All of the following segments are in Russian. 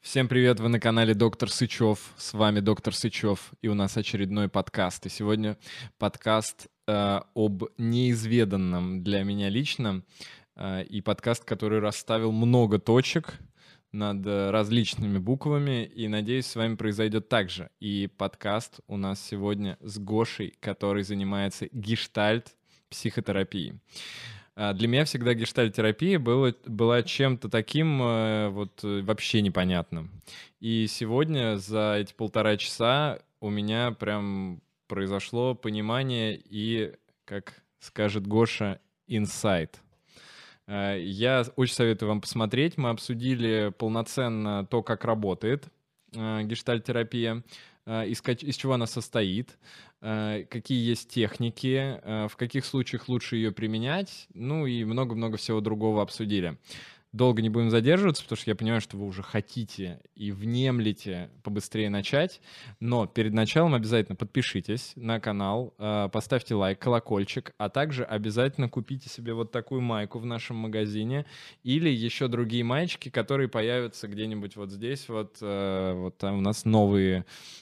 Всем привет, вы на канале Доктор Сычев, с вами Доктор Сычев, и у нас очередной подкаст. И сегодня подкаст об неизведанном для меня лично, и подкаст, который расставил много точек над различными буквами, и, надеюсь, с вами произойдет так же. И подкаст у нас сегодня с Гошей, который занимается гештальт-психотерапией. Для меня всегда гештальт-терапия была чем-то таким вообще непонятным. И сегодня за эти 1,5 часа у меня прям произошло понимание и, как скажет Гоша, инсайт. Я очень советую вам посмотреть. Мы обсудили полноценно то, как работает гештальт-терапия, из чего она состоит, какие есть техники, в каких случаях лучше ее применять, ну и много-много всего другого обсудили. Долго не будем задерживаться, потому что я понимаю, что вы уже хотите и внемлете побыстрее начать. Но перед началом обязательно подпишитесь на канал, поставьте лайк, колокольчик, а также обязательно купите себе вот такую майку в нашем магазине или еще другие маечки, которые появятся где-нибудь вот здесь. Вот там у нас новый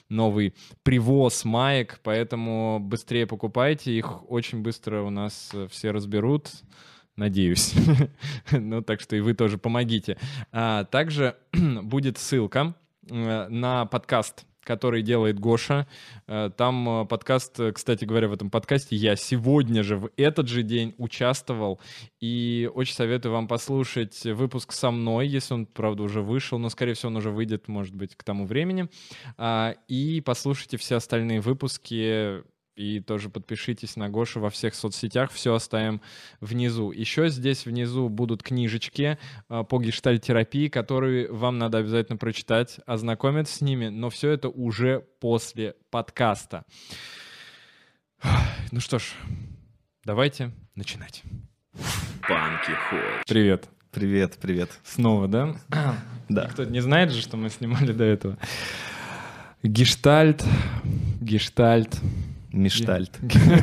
привоз маек, поэтому быстрее покупайте, их очень быстро у нас все разберут. Надеюсь. Ну, так что и вы тоже помогите. Также будет ссылка на подкаст, который делает Гоша. Там подкаст, кстати говоря, в этом подкасте я сегодня же, в этот же день участвовал. И очень советую вам послушать выпуск со мной, если он, правда, уже вышел, но, скорее всего, он уже выйдет, может быть, к тому времени. И послушайте все остальные выпуски. И тоже подпишитесь на Гошу во всех соцсетях, все оставим внизу. Еще здесь внизу будут книжечки по гештальт-терапии, которые вам надо обязательно прочитать, ознакомиться с ними, но все это уже после подкаста. Ну что ж, давайте начинать. Банки Холл. Привет. Привет. Снова, да? Да. Никто не знает же, что мы снимали до этого. Гештальт. Миштальт.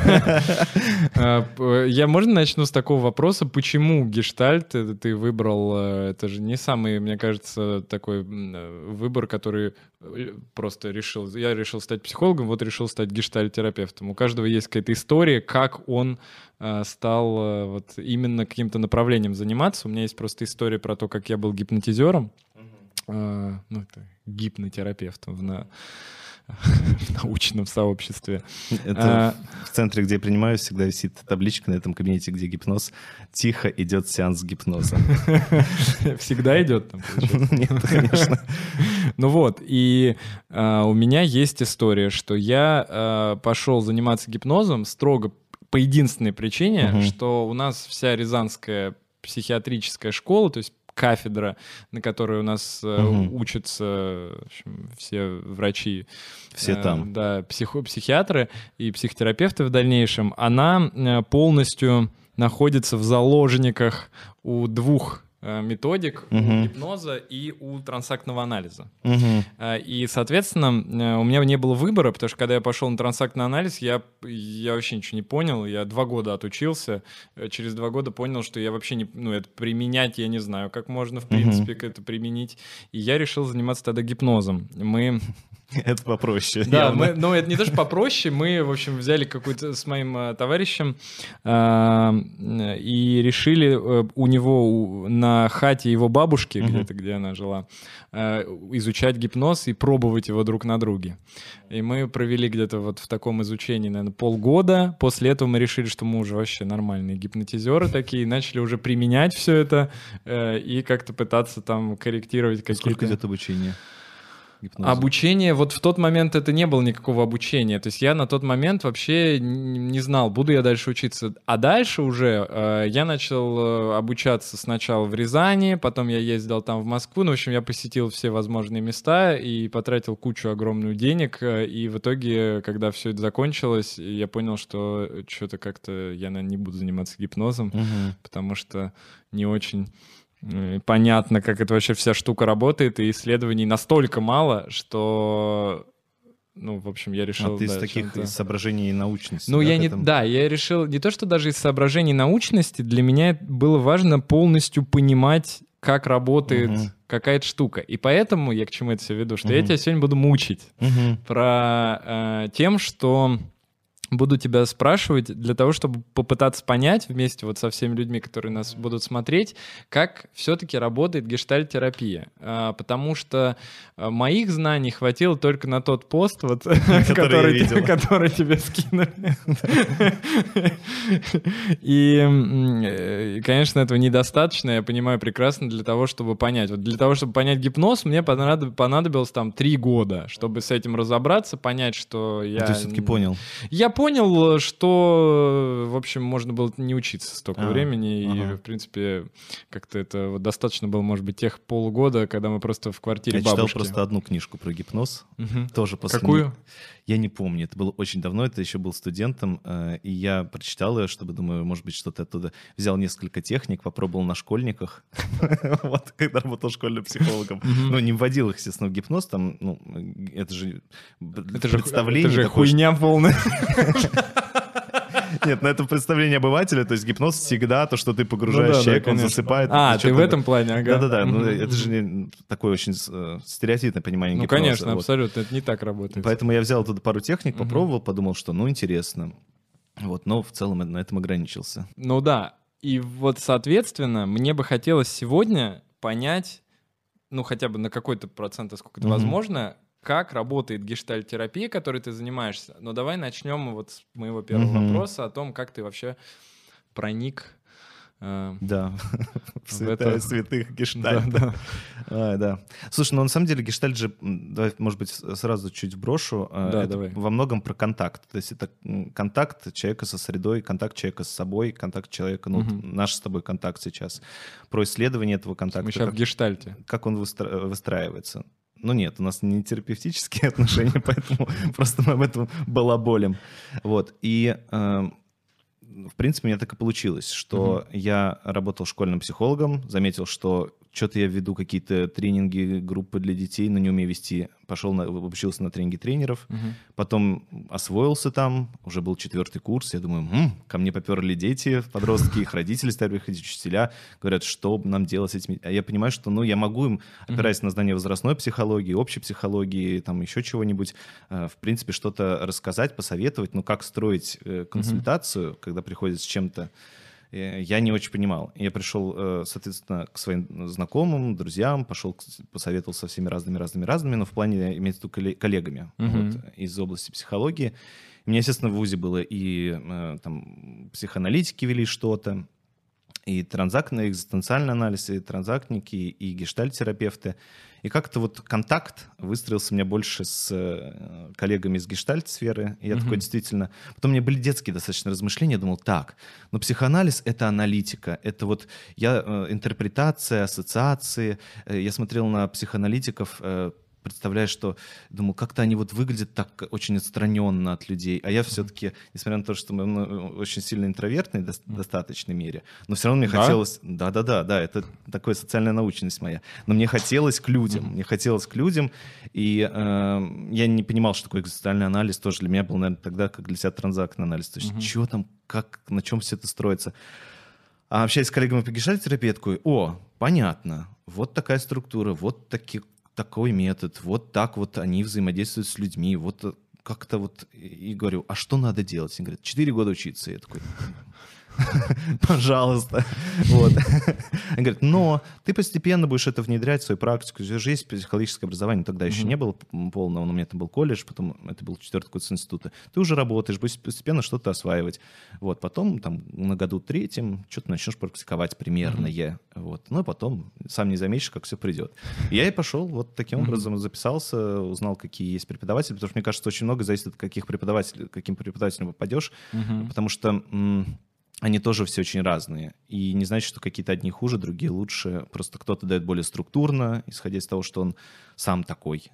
Можно начну с такого вопроса, почему гештальт ты выбрал? Это же не самый, мне кажется, такой выбор, который просто решил. Я решил стать психологом, вот решил стать гештальт-терапевтом. У каждого есть какая-то история, как он стал вот именно каким-то направлением заниматься. У меня есть просто история про то, как я был гипнотизером, это гипнотерапевтом в научном сообществе. Это в центре, где я принимаю, всегда висит табличка на этом кабинете, где гипноз. Тихо идет сеанс гипноза. Всегда идет там, получается? Нет, конечно. Ну вот, и у меня есть история, что я пошел заниматься гипнозом строго по единственной причине, что у нас вся Рязанская психиатрическая школа, то есть кафедра, на которой у нас учатся, в общем, все врачи, все там, да, психиатры и психотерапевты в дальнейшем, она полностью находится в заложниках у двух методик, у гипноза и у трансактного анализа. И, соответственно, у меня не было выбора, потому что когда я пошел на трансактный анализ, я вообще ничего не понял. Я 2 года отучился, через 2 года понял, что я вообще не... это применять я не знаю, как можно, в принципе, это применить. И я решил заниматься тогда гипнозом. Это попроще. Да, это не то, что попроще. Мы, в общем, взяли какую-то с моим товарищем и решили у него на хате его бабушки, где-то, где она жила, изучать гипноз и пробовать его друг на друге. И мы провели где-то вот в таком изучении, наверное, полгода. После этого мы решили, что мы уже вообще нормальные гипнотизеры такие, и начали уже применять все это и как-то пытаться там корректировать какие-то... Сколько идет обучение? Гипноза. Обучение, вот в тот момент это не было никакого обучения. То есть я на тот момент вообще не знал, буду я дальше учиться. А дальше уже я начал обучаться сначала в Рязани, потом я ездил там в Москву. Ну, в общем, я посетил все возможные места и потратил кучу огромных денег. И в итоге, когда все это закончилось, я понял, что что-то как-то я, наверное, не буду заниматься гипнозом, потому что не очень... понятно, как это вообще вся штука работает, и исследований настолько мало, что Ну, в общем, я решил... А ты из таких из соображений научности? Ну, я решил... Не то, что даже из соображений научности, для меня было важно полностью понимать как работает Мгм. какая-то штука. И поэтому я к чему это все веду, что я Мгм. тебя сегодня буду мучить Мгм. про тем, что буду тебя спрашивать для того, чтобы попытаться понять вместе вот со всеми людьми, которые нас будут смотреть, как все-таки работает гештальт-терапия. Потому что моих знаний хватило только на тот пост, вот, Который я видел. который тебе скинули. И, конечно, этого недостаточно, я понимаю прекрасно, для того, чтобы понять. Вот для того, чтобы понять гипноз, мне понадобилось там 3 года, чтобы с этим разобраться, понять, что я... Ты все-таки понял. Я понял, что, в общем, можно было не учиться столько времени, и, ага. в принципе, как-то это вот достаточно было, может быть, тех полугода, когда мы просто в квартире Я читал бабушки. просто одну книжку про гипноз. Мгм. Тоже после... Какую? Я не помню, это было очень давно, это еще был студентом, и я прочитал ее, чтобы, думаю, может быть, что-то оттуда. Взял несколько техник, попробовал на школьниках, вот, когда работал школьным психологом. Ну, не вводил их, естественно, в гипноз, там, ну, это же представление. Это же такое, хуйня полная. Нет, это представление обывателя, то есть гипноз всегда то, что ты погружаешь человека, он засыпает. Ты в этом плане, ага. Да-да-да, ну это же не такое очень стереотипное понимание Ну, гипноза. конечно, вот. абсолютно, это не так работает. Поэтому я взял оттуда пару техник, попробовал, подумал, что, ну, интересно. Вот, но в целом на этом ограничился. Ну да, и вот, соответственно, мне бы хотелось сегодня понять, ну, хотя бы на какой-то процент, сколько это возможно, как работает гештальт-терапия, которой ты занимаешься. Но давай начнем вот с моего первого вопроса о том, как ты вообще проник Да, в это- святая святых гештальта. Да. Слушай, ну на самом деле гештальт же, давай, может быть, сразу чуть вброшу, Да, это давай. во многом про контакт. То есть это контакт человека со средой, контакт человека с собой, контакт человека, ну, наш с тобой контакт сейчас. Про исследование этого контакта. Мы сейчас в как- гештальте. как он выстраивается. Ну нет, у нас не терапевтические отношения, поэтому просто мы об этом балаболим. Вот. И, в принципе, у меня так и получилось, что я работал школьным психологом, заметил, что что-то я веду какие-то тренинги, группы для детей, но не умею вести. Пошел, обучился на тренинги тренеров, потом освоился там, уже был 4-й курс. Я думаю, ко мне поперли дети, подростки, их родители стали приходить, учителя, говорят, что нам делать с этими. А я понимаю, что ну, я могу им, опираясь на знания возрастной психологии, общей психологии, там еще чего-нибудь, в принципе, что-то рассказать, посоветовать, ну, как строить консультацию, когда приходят с чем-то. Я не очень понимал. Я пришел, соответственно, к своим знакомым, друзьям, пошел, посоветовал со всеми разными, но в плане, имеется в виду, коллегами вот, из области психологии. У меня, естественно, в ВУЗе было и там психоаналитики вели что-то, и экзистенциальный анализ, и транзактники, и гештальт-терапевты. И как-то вот контакт выстроился у меня больше с коллегами из гештальт-сферы. И я такой действительно... Потом у меня были детские достаточно размышления. Я думал, так, но психоанализ — это аналитика. Это вот интерпретация, ассоциации. Я смотрел на психоаналитиков, представляю, что, думал, как-то они вот выглядят так очень отстраненно от людей, а я все-таки, несмотря на то, что мы очень сильно интровертные в достаточной мере, но все равно мне хотелось... Да, это такая социальная научность моя. Но мне хотелось к людям, и я не понимал, что такое экзистенциальный анализ, тоже для меня был, наверное, тогда, как для себя транзактный анализ. То есть чего там, как, на чем все это строится. А общаясь с коллегами по гештальт-терапии, я такой, понятно, вот такая структура, вот такой метод, вот так вот они взаимодействуют с людьми, вот как-то вот, и говорю, а что надо делать? Они говорят, 4 года учиться. Я такой, пожалуйста. Вот. Они говорят, но ты постепенно будешь это внедрять в свою практику. У тебя же есть психологическое образование, тогда еще не было полного, но у меня там был колледж, потом это был 4-й курс института. Ты уже работаешь, будешь постепенно что-то осваивать. Вот. Потом там на году 3-м что-то начнешь практиковать примерно. Вот. Ну и потом сам не заметишь, как все придет. Я и пошел вот таким образом, записался, узнал, какие есть преподаватели, потому что мне кажется, очень много зависит от каким преподавателем попадешь, потому что они тоже все очень разные. И не значит, что какие-то одни хуже, другие лучше. Просто кто-то дает более структурно, исходя из того, что он сам такой.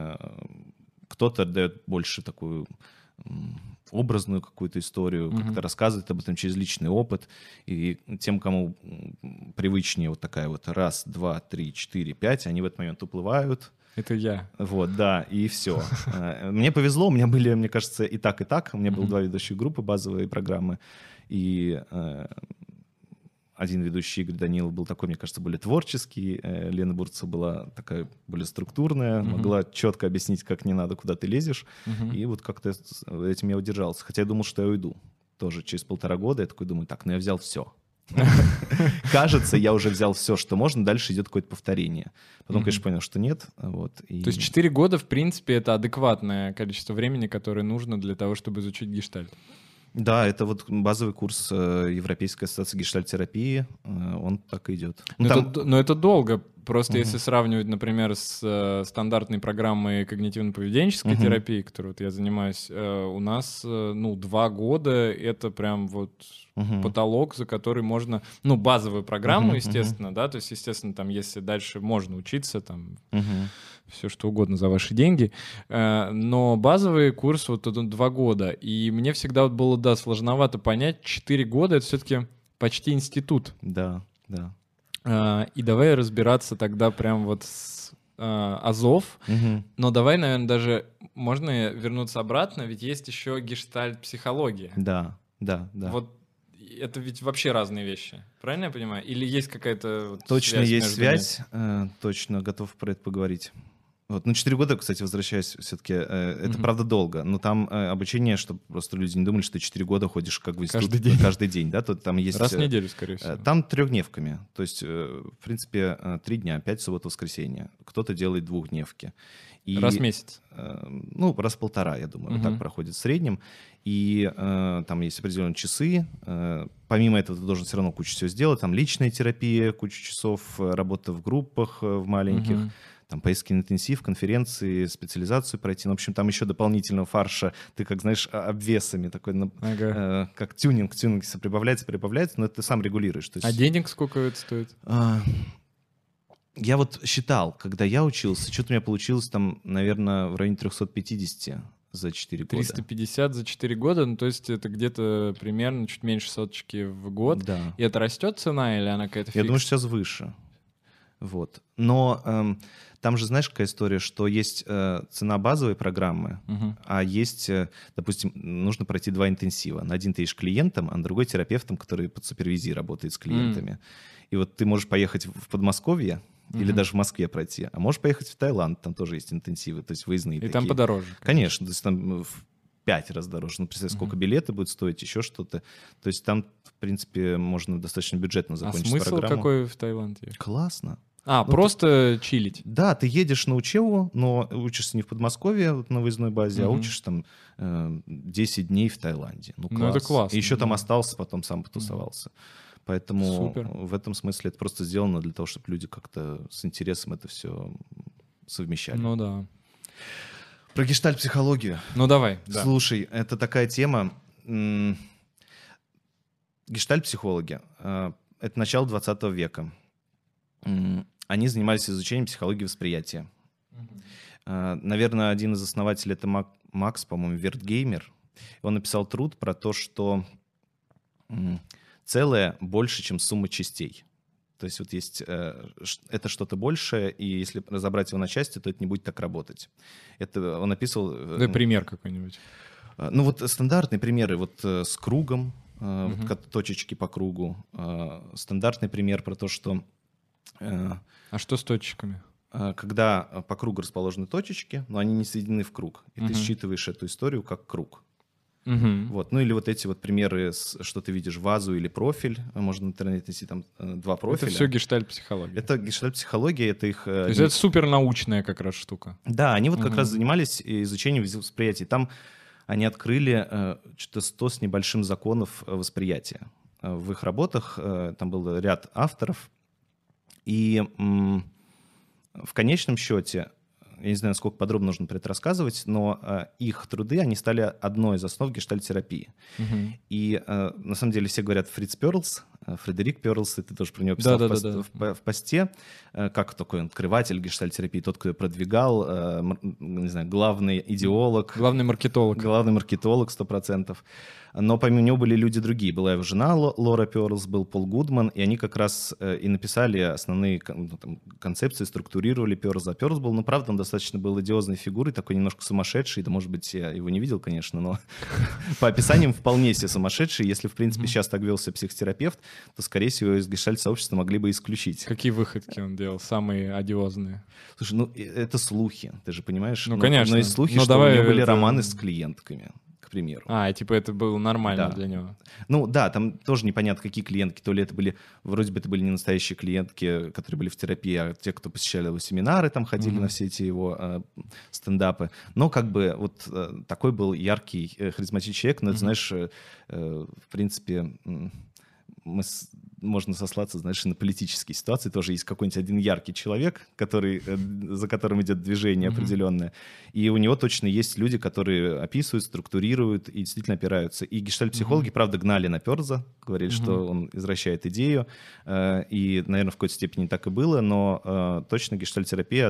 Кто-то дает больше такую образную какую-то историю, как-то рассказывает об этом через личный опыт. И тем, кому привычнее вот такая вот 1, 2, 3, 4, 5, они в этот момент уплывают. Это я. Вот, да, и все. Мне повезло, у меня были, мне кажется, и так. У меня было 2 ведущих группы, базовые программы. И один ведущий, Игорь Данилов, был такой, мне кажется, более творческий. Лена Бурцева была такая более структурная, могла четко объяснить, как не надо, куда ты лезешь. И вот как-то этим я удержался. Хотя я думал, что я уйду. Тоже через 1,5 года я такой думаю, так, ну я взял все. Кажется, я уже взял все, что можно, дальше идет какое-то повторение. Потом, конечно, понял, что нет. Вот, То есть 4 года, в принципе, это адекватное количество времени, которое нужно для того, чтобы изучить гештальт. Да, это вот базовый курс Европейской ассоциации гештальт-терапии, он так и идет. Но это долго. Просто если сравнивать, например, с стандартной программой когнитивно-поведенческой терапии, которой вот я занимаюсь, у нас 2 года — это прям вот потолок, за который можно... Ну, базовую программу, естественно, да, то есть, естественно, там, если дальше можно учиться, там, все что угодно за ваши деньги, но базовый курс вот 2 года, и мне всегда вот было, да, сложновато понять, 4 года — это все-таки почти институт. Да, да. И давай разбираться тогда прям вот с азов, но давай, наверное, даже можно вернуться обратно, ведь есть еще гештальт-психология. Да, да, да. Вот это ведь вообще разные вещи, правильно я понимаю? Или есть какая-то вот точно связь есть между связь, точно готов про это поговорить. Вот. Ну, 4 года, кстати, возвращаюсь все-таки, это правда долго, но там обучение, чтобы просто люди не думали, что 4 года ходишь как в институт каждый день, да, тут там есть... Раз в неделю, скорее всего. Там 3-дневками, то есть, в принципе, 3 дня, 5 суббот, воскресенье. Кто-то делает 2-дневки. Раз в месяц? Ну, раз в 1,5, я думаю, вот так проходит в среднем. И там есть определенные часы. Помимо этого ты должен все равно кучу всего сделать. Там личная терапия, куча часов, работа в группах в маленьких. Там поездки на интенсив, конференции, специализацию пройти. Ну, в общем, там еще дополнительного фарша. Ты, как знаешь, обвесами такой, как тюнинг прибавляется, но это ты сам регулируешь. То есть, а денег сколько это стоит? Я вот считал, когда я учился, что-то у меня получилось там, наверное, в районе 350 за 4 года. 350 за 4 года, ну то есть это где-то примерно чуть меньше соточки в год. Да. И это растет цена или она какая-то фиксная? Я думаю, что сейчас выше. Вот. Но там же, знаешь, какая история, что есть цена базовой программы, а есть, допустим, нужно пройти 2 интенсива. На один ты ешь клиентом, а на другой терапевтом, который под супервизией работает с клиентами. И вот ты можешь поехать в Подмосковье, или даже в Москве пройти, а можешь поехать в Таиланд, там тоже есть интенсивы, то есть выездные и такие. там подороже. Конечно, то есть там в 5 раз дороже. Ну, представь, сколько билеты будут стоить, еще что-то. То есть там, в принципе, можно достаточно бюджетно закончить программу. А смысл какой в Таиланде? Классно. Просто чилить. Да, ты едешь на учебу, но учишься не в Подмосковье вот, на выездной базе, а учишь там 10 дней в Таиланде. Ну, класс. Это классно. И еще там остался, потом сам потусовался. Поэтому Супер. в этом смысле это просто сделано для того, чтобы люди как-то с интересом это все совмещали. Ну да. Про гештальт-психологию. Ну давай. Да. Слушай, это такая тема. Гештальт-психологи — это начало 20 века. Они занимались изучением психологии восприятия. Наверное, один из основателей — это Макс, по-моему, Вертгеймер. Он написал труд про то, что целое больше, чем сумма частей. То есть вот есть это что-то большее, и если разобрать его на части, то это не будет так работать. Это он описывал... Дай пример какой-нибудь. Ну вот стандартные примеры вот с кругом, вот, точечки по кругу. Стандартный пример про то, что... А что с точечками? Когда по кругу расположены точечки, но они не соединены в круг, и ты считываешь эту историю как круг. Вот. Ну или вот эти вот примеры, что ты видишь, вазу или профиль, можно в интернете найти там 2 профиля. Это все гештальт-психология. Это гештальт-психология, это их... То есть это супернаучная как раз штука. Да, они вот как раз занимались изучением восприятия. Там они открыли что-то 100 с небольшим законов восприятия. В их работах там был ряд авторов, и в конечном счете, я не знаю, насколько подробно нужно про это рассказывать, но их труды, они стали одной из основ гештальт-терапии. И на самом деле все говорят Фредерик Перлс, и ты тоже про него писал в посте, как такой открыватель гештальт-терапии, тот, кто ее продвигал, не знаю, главный идеолог. Главный маркетолог. Главный маркетолог, 100%. Но помимо него были люди другие. Была его жена Лора Перлс, был Пол Гудман, и они как раз и написали основные концепции, структурировали Перлза. Перлс был, ну, правда, он достаточно был идиозной фигурой, такой немножко сумасшедший, да, может быть, я его не видел, конечно, но по описаниям вполне себе сумасшедший. Если, в принципе, сейчас так вел себя психотерапевт, то, скорее всего, из гештальт-сообщества могли бы исключить. Какие выходки он делал, самые одиозные? Слушай, ну это слухи, ты же понимаешь? Ну, конечно. Но есть слухи, Ну, что давай у него были это- романы с клиентками, к примеру. Типа это было нормально Да. для него. Ну да, там тоже непонятно, какие клиентки. То ли это были, вроде бы это были не настоящие клиентки, которые были в терапии, а те, кто посещали его семинары, там ходили на все эти его стендапы. Но как бы вот такой был яркий, харизматичный человек. Но это, знаешь, в принципе, можно сослаться, знаешь, на политические ситуации. Тоже есть какой-нибудь один яркий человек, за которым идет движение определенное. И у него точно есть люди, которые описывают, структурируют и действительно опираются. И гештальт-психологи, правда, гнали на Пёрза, говорили, что он извращает идею. И, наверное, в какой-то степени так и было, но точно гештальт-терапия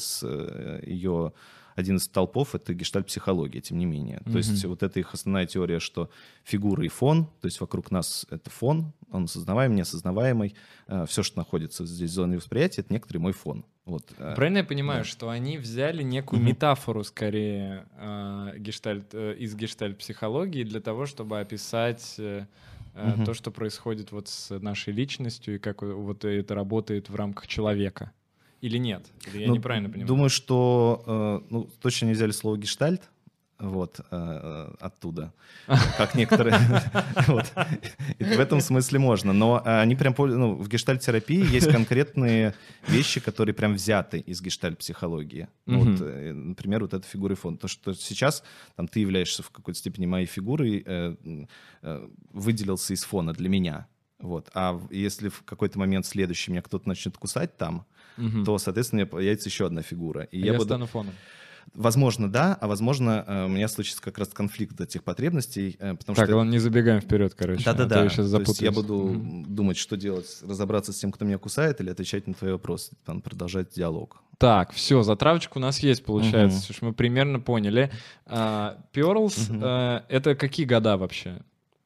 один из столпов — это гештальт-психология, тем не менее. То есть вот это их основная теория, что фигура и фон, то есть вокруг нас это фон, он осознаваемый, неосознаваемый. Все, что находится здесь в зоне восприятия, это некоторый мой фон. Вот. Правильно я понимаю, что они взяли некую метафору, скорее, из гештальт-психологии для того, чтобы описать то, что происходит вот с нашей личностью и как вот это работает в рамках человека? Или нет? Или я неправильно понимаю? Думаю, что точно не взяли слово «гештальт», вот, оттуда, как некоторые. Вот. И в этом смысле можно. Но они прям, в гештальт-терапии есть конкретные вещи, которые прям взяты из гештальт-психологии. Вот, например, вот эта фигура и фон. То, что сейчас там, ты являешься в какой-то степени моей фигурой, выделился из фона для меня. Вот. А если в какой-то момент следующий меня кто-то начнет кусать там, то, соответственно, у меня появится еще одна фигура. И я стану фоном. Возможно, да, а возможно, у меня случится как раз конфликт этих потребностей, потому Так, что... ладно, не забегаем вперед, короче. Да-да-да. Я сейчас То есть запутаюсь. я буду думать, что делать, разобраться с тем, кто меня кусает, или отвечать на твои вопросы, продолжать диалог. Так, все, затравочка у нас есть, получается. Слушай, мы примерно поняли. Pearls, это какие года вообще?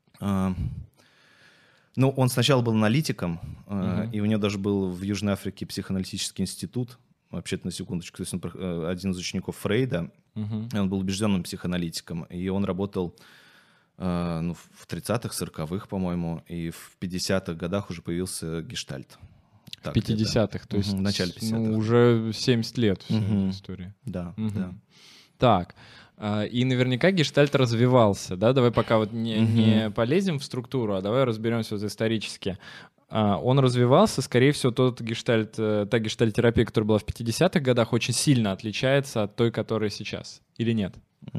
Ну, он сначала был аналитиком, и у него даже был в Южной Африке психоаналитический институт. Вообще-то, на секундочку, то есть он один из учеников Фрейда, он был убежденным психоаналитиком, и он работал в 30-х, 40-х, по-моему, и в 50-х годах уже появился гештальт. В 50-х, то есть в начале 50-х. Уже 70 лет вся эта история. Да, да. Так, и наверняка гештальт развивался, да? Давай пока вот не полезем в структуру, а давай разберемся вот исторически. Он развивался, скорее всего, та гештальт-терапия, которая была в 50-х годах, очень сильно отличается от той, которая сейчас. Или нет?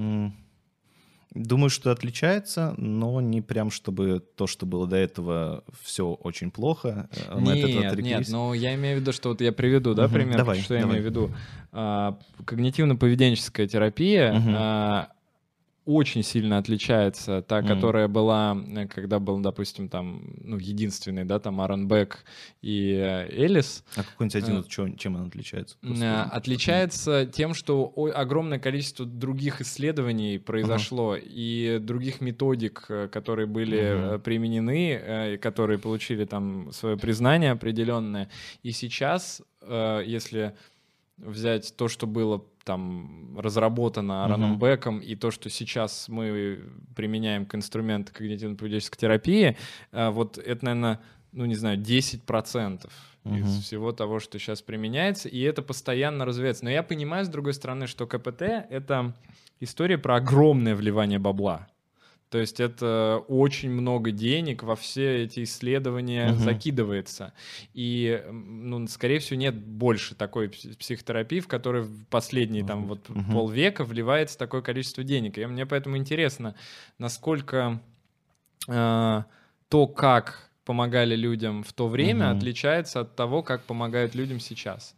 Думаю, что отличается, но не прям, чтобы то, что было до этого, все очень плохо. Нет, но я имею в виду, что вот я приведу, да, пример, Давай. Я имею в виду. Когнитивно-поведенческая терапия очень сильно отличается та, которая была, когда был, допустим, там, единственный, да, там Аарон Бек и Эллис. А какой-нибудь один, чем он отличается? Отличается тем, что огромное количество других исследований произошло и других методик, которые были применены, которые получили там свое признание определенное. И сейчас, если взять то, что было там разработано Аароном Беком, и то, что сейчас мы применяем к инструменту когнитивно-поведенческой терапии, вот это, наверное, 10% из всего того, что сейчас применяется, и это постоянно развивается. Но я понимаю, с другой стороны, что КПТ — это история про огромное вливание бабла. То есть это очень много денег во все эти исследования закидывается. И, скорее всего, нет больше такой психотерапии, в которой в последние полвека вливается такое количество денег. И мне поэтому интересно, насколько то, как помогали людям в то время, отличается от того, как помогают людям сейчас.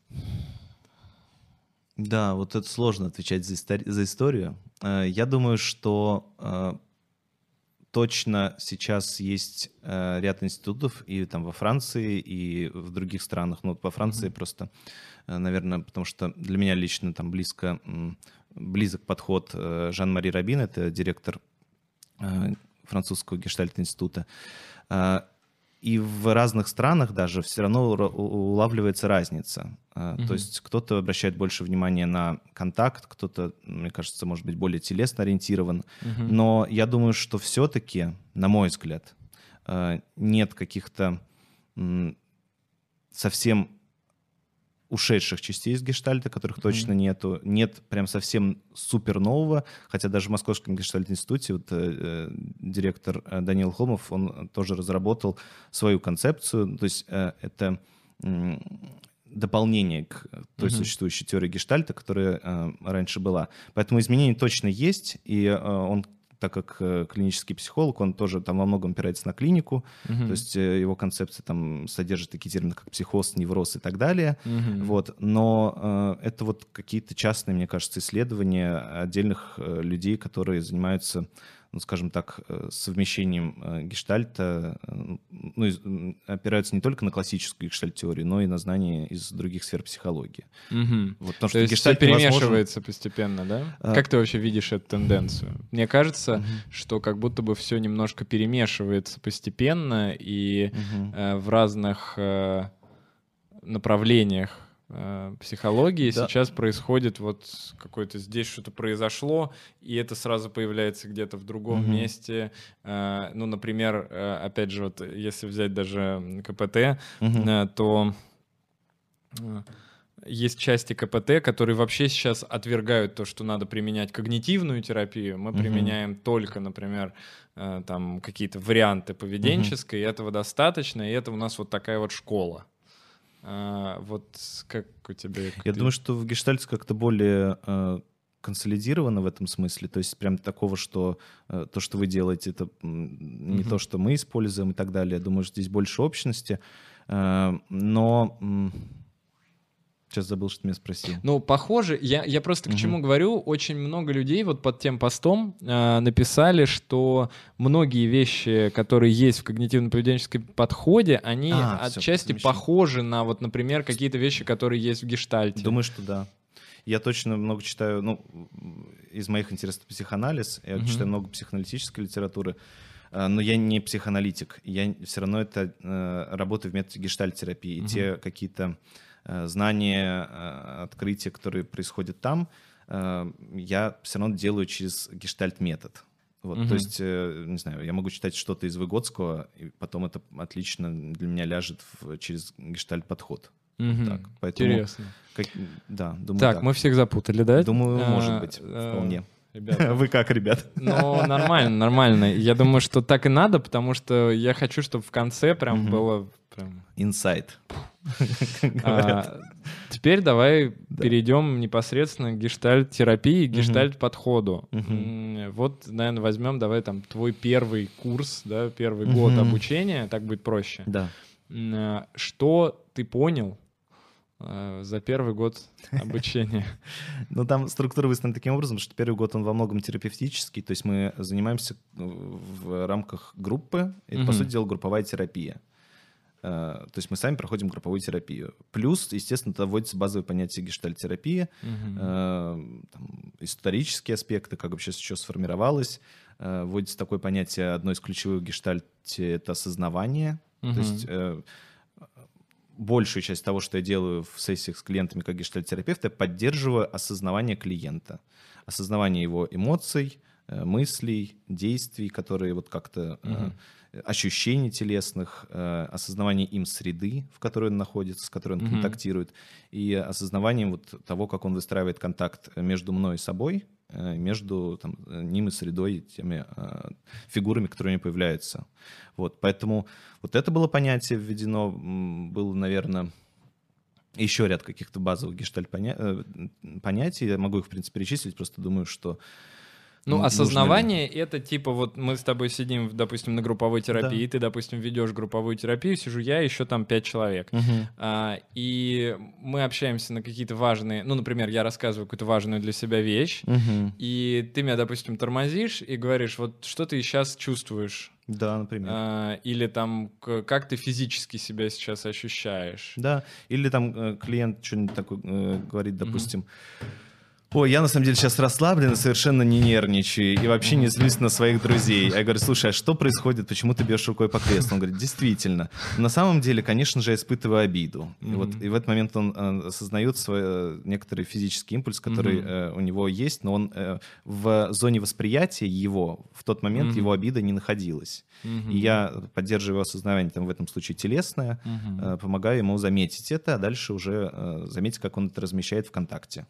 Да, вот это сложно отвечать за историю. Я думаю, что... Точно сейчас есть ряд институтов и там во Франции, и в других странах. Ну, вот во Франции просто, наверное, потому что для меня лично там близок подход Жан-Мари Робин, это директор французского гештальт-института. И в разных странах даже все равно улавливается разница. То есть кто-то обращает больше внимания на контакт, кто-то, мне кажется, может быть более телесно ориентирован. Но я думаю, что все-таки, на мой взгляд, нет каких-то совсем ушедших частей из гештальта, которых точно нету. Нет прям совсем супер нового, хотя даже в Московском гештальт-институте директор Даниил Холмов, он тоже разработал свою концепцию. То есть это дополнение к той существующей теории гештальта, которая раньше была. Поэтому изменения точно есть, и он, так как клинический психолог, он тоже там во многом опирается на клинику, то есть его концепция там содержит такие термины, как психоз, невроз и так далее. Вот. Но это вот какие-то частные, мне кажется, исследования отдельных людей, которые занимаются, ну, скажем так, совмещением гештальта, ну, опираются не только на классическую гештальт-теорию, но и на знания из других сфер психологии. Вот, потому То есть гештальт все перемешивается постепенно, да? Как ты вообще видишь эту тенденцию? Мне кажется, что как будто бы все немножко перемешивается постепенно и в разных направлениях психологии сейчас происходит вот какое-то здесь что-то произошло, и это сразу появляется где-то в другом месте. Ну, например, опять же, вот если взять даже КПТ, то есть части КПТ, которые вообще сейчас отвергают то, что надо применять когнитивную терапию. Мы применяем только, например, там какие-то варианты поведенческой, и этого достаточно, и это у нас вот такая вот школа. Вот как у тебя... Я думаю, что в гештальте как-то более консолидировано в этом смысле. То есть прям такого, что то, что вы делаете, это не то, что мы используем и так далее. Я думаю, что здесь больше общности. Но... Сейчас забыл, что ты меня спросил. Ну, похоже, я просто к чему говорю, очень много людей вот под тем постом написали, что многие вещи, которые есть в когнитивно-поведенческом подходе, они отчасти похожи на, вот, например, какие-то вещи, которые есть в гештальте. Думаю, что да. Я точно много читаю, ну, из моих интересов психоанализ, я читаю много психоаналитической литературы, но я не психоаналитик, я все равно это работаю в методе гештальт-терапии, и те какие-то знания, открытия, которые происходят там, я все равно делаю через гештальт-метод. Вот, то есть, не знаю, я могу читать что-то из Выгодского, и потом это отлично для меня ляжет через гештальт-подход. Вот так. Поэтому, интересно. Да, думаю, так, мы всех запутали, да? Думаю, может быть, вполне. Ребята. Вы как, ребят? Ну, нормально, нормально. Я думаю, что так и надо, потому что я хочу, чтобы в конце прям было... Инсайт. Теперь давай перейдем непосредственно к гештальт-терапии, к гештальт-подходу. Вот, наверное, возьмем, давай там твой первый курс, да, первый год обучения, так будет проще. Да. Что ты понял за первый год обучения? Ну, там структура выстроена таким образом, что первый год он во многом терапевтический, то есть мы занимаемся в рамках группы, это, по сути дела, групповая терапия. То есть мы сами проходим групповую терапию. Плюс, естественно, туда вводится базовое понятие гештальт-терапии, исторические аспекты, как вообще сейчас сформировалось. Вводится такое понятие, одно из ключевых в гештальте — это осознавание. То есть большую часть того, что я делаю в сессиях с клиентами как гештальт-терапевт, я поддерживаю осознавание клиента, осознавание его эмоций, мыслей, действий, которые вот как-то... ощущений телесных, осознавание им среды, в которой он находится, с которой он контактирует, и осознаванием вот того, как он выстраивает контакт между мной и собой, между там, ним и средой, теми фигурами, которые у него появляются. Вот, поэтому вот это было понятие введено, было, наверное, еще ряд каких-то базовых гештальт-понятий. Я могу их, в принципе, перечислить, просто думаю, что ну, осознавание — это типа вот мы с тобой сидим, допустим, на групповой терапии, ты, допустим, ведешь групповую терапию, сижу я, еще там 5 человек. И мы общаемся на какие-то важные, ну, например, я рассказываю какую-то важную для себя вещь, и ты меня, допустим, тормозишь и говоришь, вот что ты сейчас чувствуешь? Да, например. Или там, как ты физически себя сейчас ощущаешь? Да, или там клиент что-нибудь такое говорит, допустим, Ой, я на самом деле сейчас расслаблен и совершенно не нервничаю и вообще не злюсь на своих друзей. Я говорю, слушай, а что происходит, почему ты бьешь рукой по креслу? Он говорит, действительно. На самом деле, конечно же, я испытываю обиду. И в этот момент он осознает свой некоторый физический импульс, который у него есть, но он в зоне восприятия его, в тот момент его обида не находилась. И я поддерживаю его осознавание, там, в этом случае телесное, помогаю ему заметить это, а дальше уже заметить, как он это размещает ВКонтакте.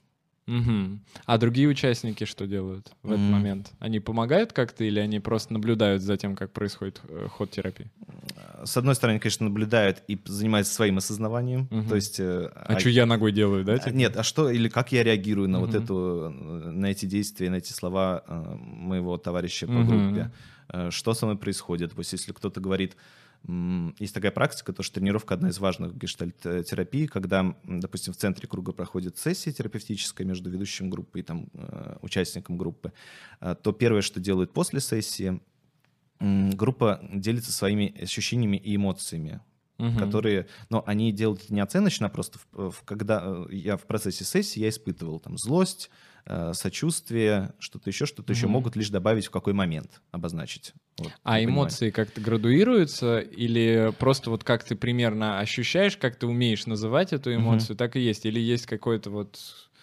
А другие участники что делают в этот момент? Они помогают как-то или они просто наблюдают за тем, как происходит ход терапии? С одной стороны, конечно, наблюдают и занимаются своим осознаванием. То есть, что я ногой делаю, да? Типа? Нет, а что или как я реагирую на вот эту, на эти действия, на эти слова моего товарища по группе? Что со мной происходит? То есть, если кто-то говорит, есть такая практика, то что тренировка одна из важных в гештальт-терапии, когда, допустим, в центре круга проходит сессия терапевтическая между ведущим группы и там, участником группы, то первое, что делают после сессии, группа делится своими ощущениями и эмоциями, которые, но они делают это не оценочно, а просто когда я в процессе сессии я испытывал там злость, сочувствие, что-то еще могут лишь добавить в какой момент, обозначить. Вот, а эмоции как-то градуируются или просто вот как ты примерно ощущаешь, как ты умеешь называть эту эмоцию, так и есть? Или есть какой-то вот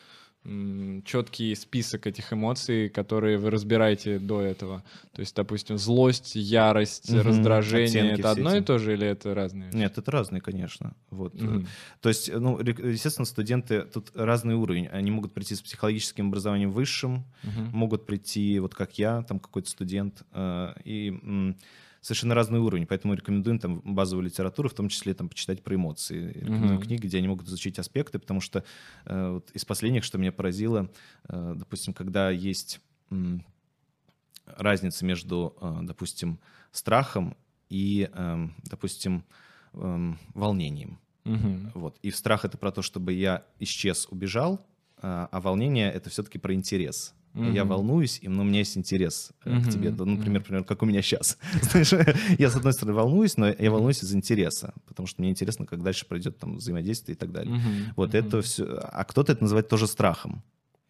четкий список этих эмоций, которые вы разбираете до этого? То есть, допустим, злость, ярость, раздражение — это одно и то же или это разные вещи? Нет, это разные, конечно. Вот. То есть, ну, естественно, студенты тут разный уровень. Они могут прийти с психологическим образованием высшим, могут прийти, вот как я, там какой-то студент, и совершенно разный уровень, поэтому рекомендуем там базовую литературу, в том числе там почитать про эмоции. Рекомендуем книги, где они могут изучить аспекты, потому что вот из последних, что меня поразило, допустим, когда есть разница между, допустим, страхом и, допустим, волнением. Вот. И страх — это про то, чтобы я исчез, убежал, а волнение — это все-таки про интерес. Я волнуюсь, но у меня есть интерес к тебе. Ну, например, как у меня сейчас. Знаешь, я, с одной стороны, волнуюсь, но я волнуюсь из интереса, потому что мне интересно, как дальше пройдет там взаимодействие и так далее. Вот это все. А кто-то это называет тоже страхом.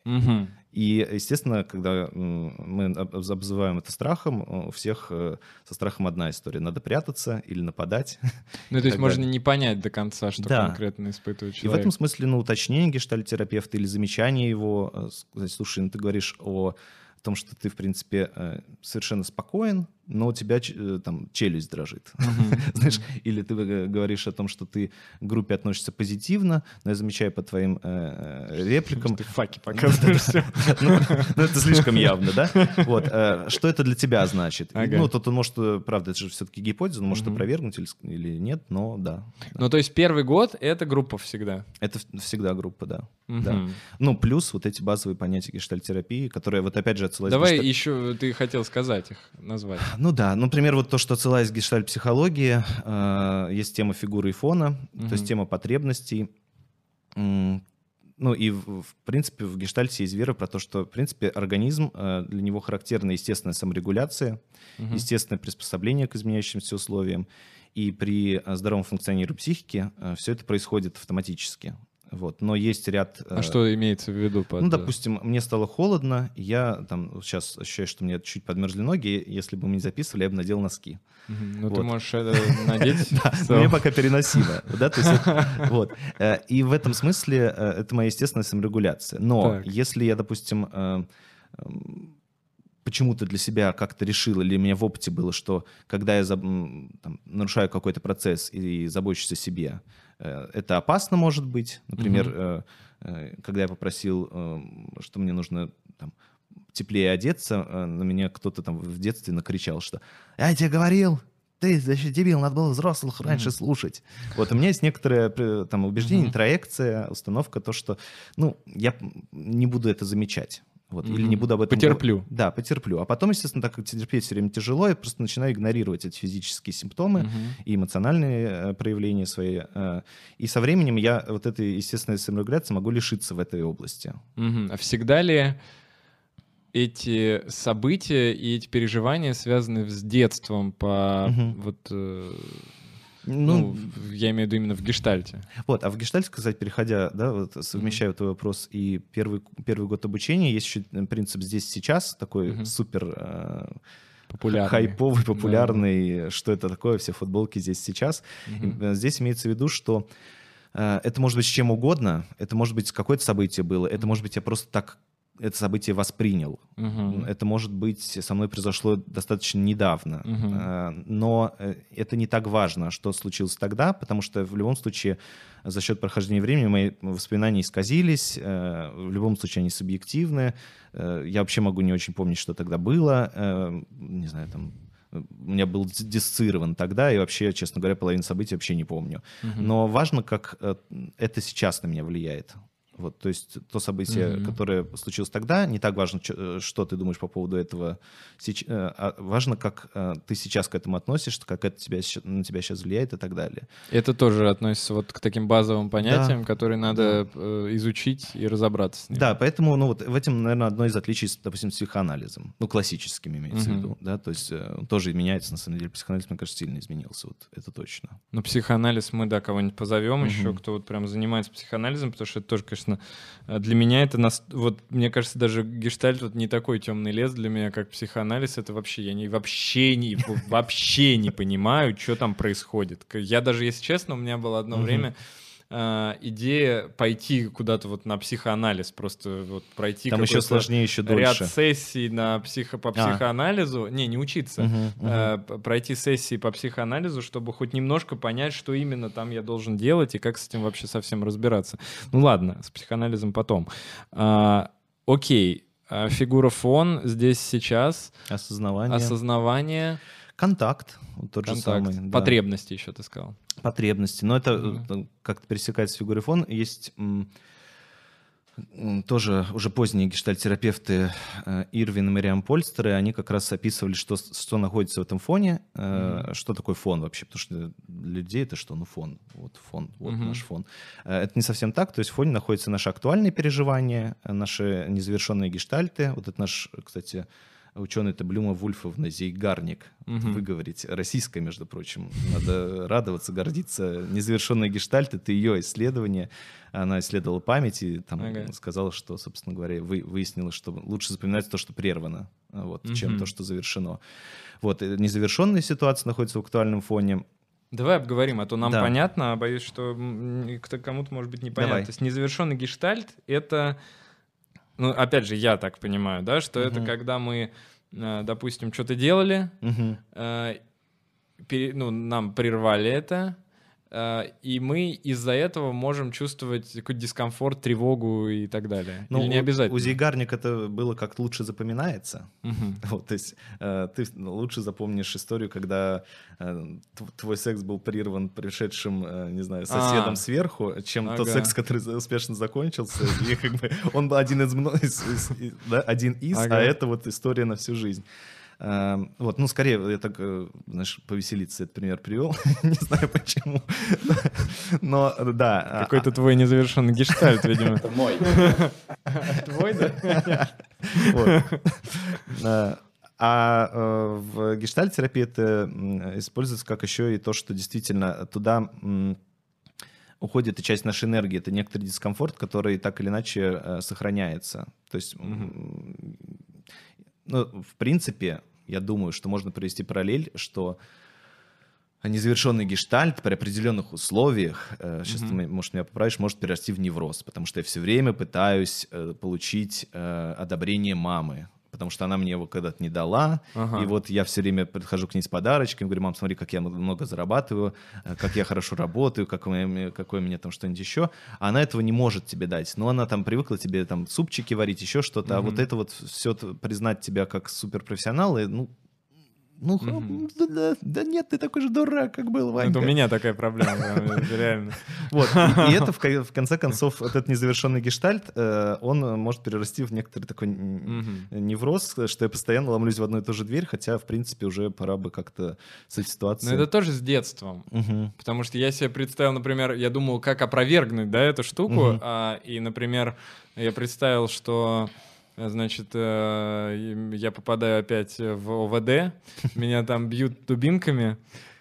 И, естественно, когда мы обзываем это страхом, у всех со страхом одна история. Надо прятаться или нападать. Ну, то есть можно не понять до конца, что конкретно испытывает человек. И в этом смысле, ну, уточнение гештальт-терапевта или замечание его, сказать, слушай, ну, ты говоришь о том, что ты, в принципе, совершенно спокоен, но у тебя там челюсть дрожит. Знаешь, или ты говоришь о том, что ты к группе относишься позитивно, но я замечаю по твоим репликам... Ты факи показываешь все. Ну, это слишком явно, да? Вот. Что это для тебя значит? Ну, тут он может, правда, это же все-таки гипотеза, он может опровергнуть или нет, но да. Ну, то есть первый год — это группа всегда? Это всегда группа, да. Ну, плюс вот эти базовые понятия гештальт-терапии, которые, вот опять же, отсылаются... Давай еще ты хотел сказать их, назвать. Ну да, например, вот то, что отсылаясь к гештальт-психологии, есть тема фигуры и фона, то есть тема потребностей. Ну и, в принципе, в гештальте есть вера про то, что, в принципе, организм, для него характерна естественная саморегуляция, естественное приспособление к изменяющимся условиям. И при здоровом функционировании психики все это происходит автоматически. Вот. Но есть ряд... А что имеется в виду? Ну, допустим, мне стало холодно, я там сейчас ощущаю, что мне чуть подмерзли ноги, если бы мы не записывали, я бы надел носки. Ну, ты можешь это надеть. Да, мне пока переносимо. Вот. И в этом смысле это моя естественная саморегуляция. Но если я, допустим, почему-то для себя как-то решил, или у меня в опыте было, что когда я нарушаю какой-то процесс и забочусь о себе, это опасно, может быть. Например, когда я попросил, что мне нужно там, теплее одеться, на меня кто-то там в детстве накричал, что «Я тебе говорил, ты, значит, дебил, надо было взрослых раньше слушать». Вот у меня есть некоторое там убеждение, интроекция, установка, то, что, ну, я не буду это замечать. Вот, или не буду об этом... Потерплю. Да, потерплю. А потом, естественно, так как терпеть все время тяжело, я просто начинаю игнорировать эти физические симптомы и эмоциональные проявления свои. И со временем я вот этой естественной саморегуляции могу лишиться в этой области. А всегда ли эти события и эти переживания связаны с детством по вот... Ну, я имею в виду именно в гештальте. Вот, а в гештальте, сказать, переходя, да, вот совмещаю твой вопрос и первый год обучения, есть еще принцип «здесь-сейчас», такой супер Популярный. хайповый, популярный, что это такое, все футболки «здесь-сейчас». И здесь имеется в виду, что это может быть с чем угодно, это может быть какое-то событие было, это может быть я просто так это событие воспринял. Это, может быть, со мной произошло достаточно недавно. Но это не так важно, что случилось тогда, потому что в любом случае за счет прохождения времени мои воспоминания исказились, в любом случае они субъективны. Я вообще могу не очень помнить, что тогда было. Не знаю, там... У меня был диссоциирован тогда, и вообще, честно говоря, половину событий вообще не помню. Но важно, как это сейчас на меня влияет. Вот, то есть то событие, которое случилось тогда, не так важно, что ты думаешь по поводу этого. Важно, как ты сейчас к этому относишься, как это на тебя сейчас влияет и так далее. Это тоже относится вот к таким базовым понятиям, которые надо изучить и разобраться с ними. Да, поэтому вот в этом, наверное, одно из отличий, допустим, с психоанализом. Ну, классическим имеется в виду. Да? То есть тоже меняется, на самом деле. Психоанализ, мне кажется, сильно изменился. Вот это точно. Ну, психоанализ мы, да, кого-нибудь позовем еще, кто вот прям занимается психоанализом, потому что это тоже, конечно, для меня это, вот мне кажется, даже гештальт вот не такой темный лес для меня, как психоанализ. Это вообще, я вообще не понимаю, что там происходит. Я даже, если честно, у меня было одно время идея пойти куда-то вот на психоанализ, просто вот пройти там еще сложнее, еще дольше. Ряд сессий по психоанализу, не учиться, пройти сессии по психоанализу, чтобы хоть немножко понять, что именно там я должен делать и как с этим вообще совсем разбираться. Ну ладно, с психоанализом потом. Окей, фигура фон здесь сейчас. Осознавание. Контакт. Вот тот же самый. Да. Потребности еще ты сказал. Потребности. Но это как-то пересекается с фигурой фон. Есть тоже уже поздние гештальт-терапевты Ирвин и Мэриам Польстер, они как раз описывали, что находится в этом фоне, что такое фон вообще, потому что для людей это что? Ну, фон. Вот фон, вот наш фон. Это не совсем так, то есть в фоне находятся наши актуальные переживания, наши незавершенные гештальты. Вот это наш, кстати, ученый-то Блюма Вульфовна Зейгарник, выговорить, российская, между прочим. Надо радоваться, гордиться. Незавершенные гештальты — это ее исследование. Она исследовала память и там сказала, что, собственно говоря, выяснила, что лучше запоминать то, что прервано, вот, чем то, что завершено. Вот, незавершенная ситуация находится в актуальном фоне. Давай обговорим, а то нам понятно, а боюсь, что кому-то может быть непонятно. То есть незавершенный гештальт — это... Ну, опять же, я так понимаю, да, что это когда мы, допустим, что-то делали, нам прервали это, и мы из-за этого можем чувствовать какой-то дискомфорт, тревогу и так далее. Ну, или не обязательно? У Зейгарник это было как лучше запоминается. Вот, то есть ты лучше запомнишь историю, когда твой секс был прерван пришедшим, не знаю, соседом сверху, чем тот секс, который успешно закончился. И как бы он был один из, а это вот история на всю жизнь. Вот, ну, скорее, я так, знаешь, повеселиться этот пример привел. Не знаю почему. Но, да. Какой-то твой незавершенный гештальт, видимо. Это мой. Твой, да? А в гештальт-терапии это используется как еще и то, что действительно туда уходит и часть нашей энергии. Это некоторый дискомфорт, который так или иначе сохраняется. То есть, в принципе, я думаю, что можно провести параллель, что незавершенный гештальт при определенных условиях, сейчас ты, может, меня поправишь, может перерасти в невроз, потому что я все время пытаюсь получить одобрение мамы, потому что она мне его когда-то не дала, и вот я все время подхожу к ней с подарочками, говорю: мам, смотри, как я много зарабатываю, как я хорошо работаю, какое у меня там что-нибудь еще, а она этого не может тебе дать, но она там привыкла тебе там супчики варить, еще что-то, а вот это вот все признать тебя как суперпрофессионала, да нет, ты такой же дурак, как был, Ванька. Это у меня такая проблема, реально. Вот, и это, в конце концов, этот незавершенный гештальт, он может перерасти в некоторый такой невроз, что я постоянно ломлюсь в одну и ту же дверь, хотя, в принципе, уже пора бы как-то с этой ситуацией... Но это тоже с детством, потому что я себе представил, например, я думал, как опровергнуть, да, эту штуку, и, например, я представил, что... Значит, я попадаю опять в ОВД, меня там бьют дубинками,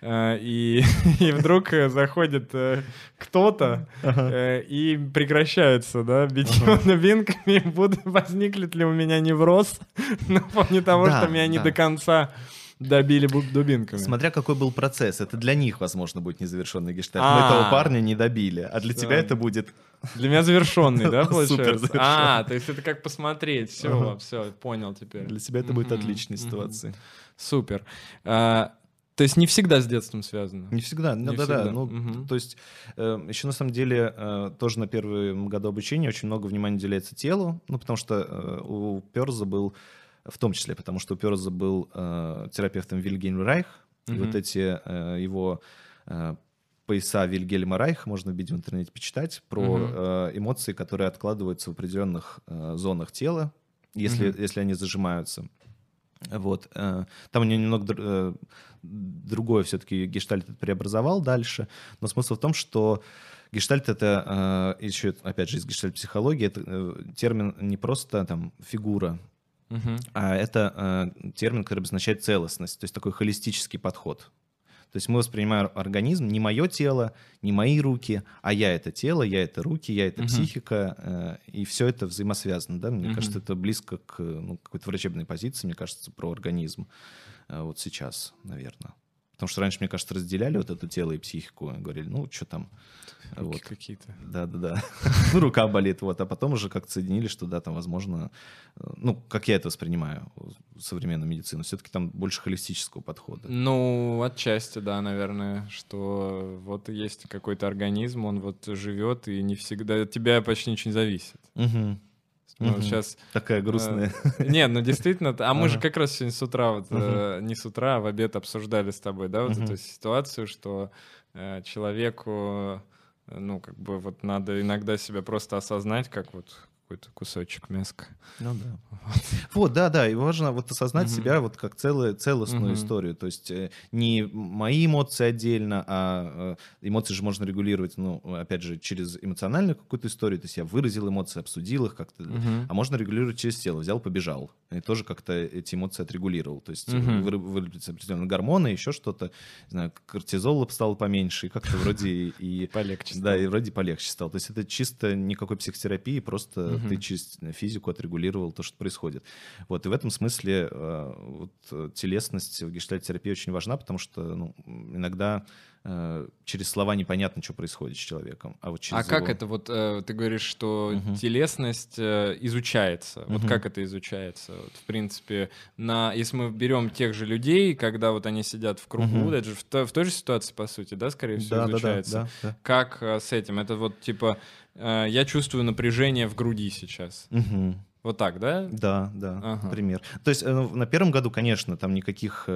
и вдруг заходит кто-то и прекращается, да, битье дубинками. Возникнет ли у меня невроз на фоне того, Да, что меня не да. до конца добили дубинками? Смотря какой был процесс. Это для них, возможно, будет незавершенный гештальт. Мы А. этого парня не добили. А для тебя Да. это будет... Для меня завершенный, да, Супер получается? завершенный. То есть это как посмотреть. Ага. Все, понял теперь. Для тебя это будет Мгм, отличной мгм. ситуацией. Супер. То есть не всегда с детством связано? Не всегда, Не ну да, всегда. да. Ну, Мгм. то есть еще на самом деле тоже на первом году обучения очень много внимания уделяется телу, ну потому что у Пёрза был, в том числе, потому что у Пёрза был терапевтом Вильгельм Райх, и Мгм. вот эти его пояса Вильгельма Райха можно в видео в интернете почитать про эмоции, которые откладываются в определенных зонах тела, если они зажимаются. Вот. Там у него немного другое все-таки гештальт преобразовал дальше, но смысл в том, что гештальт — это еще, опять же, из гештальт-психологии, это термин не просто там фигура, Мгм. а это термин, который обозначает целостность, то есть такой холистический подход. То есть мы воспринимаем организм не мое тело, не мои руки, а я — это тело, я — это руки, я — это психика, и все это взаимосвязано. Да? Мне кажется, это близко к какой-то врачебной позиции, мне кажется, про организм вот сейчас, наверное. Потому что раньше, мне кажется, разделяли вот это тело и психику, говорили, ну, что там. Руки Вот. какие-то. Да. Ну, рука болит, вот. А потом уже как-то соединили, что да, там, возможно, ну, как я это воспринимаю, современную медицину, все-таки там больше холистического подхода. Ну, отчасти, да, наверное, что вот есть какой-то организм, он вот живет, и не всегда от тебя почти ничего не зависит. Мгм. Ну, Мгм. сейчас... Такая грустная. Нет, ну действительно, мы же Ага. как раз сегодня с утра, вот, Мгм. не с утра, а в обед обсуждали с тобой, да, вот Мгм. эту ситуацию, что человеку, ну, как бы вот надо иногда себя просто осознать, как вот какой-то кусочек мяска. Ну да. Вот, да, и важно вот осознать Мгм. себя вот как целостную Мгм. историю. То есть не мои эмоции отдельно, а эмоции же можно регулировать, ну, опять же, через эмоциональную какую-то историю. То есть я выразил эмоции, обсудил их как-то. Мгм. А можно регулировать через тело. Взял, побежал. И тоже как-то эти эмоции отрегулировал. То есть Мгм. выработать определенные гормоны, еще что-то. Не знаю, кортизола стало поменьше, и как-то вроде и... Полегче Да, стало. и вроде полегче стало. То есть это чисто никакой психотерапии, просто ты через физику отрегулировал то, что происходит. Вот, и в этом смысле телесность в гештальт-терапии очень важна, потому что иногда через слова непонятно, что происходит с человеком. А вот через как его- это вот, ты говоришь, что Мгм. телесность изучается. Вот Мгм. как это изучается? Вот, в принципе, если мы берем тех же людей, когда вот они сидят в кругу, Мгм. это же в той же ситуации, по сути, да, скорее всего, Да. изучается. Как с этим? Это вот типа, я чувствую напряжение в груди сейчас. Мгм. Вот так, да? Да, Ага. например. То есть на первом году, конечно, там никаких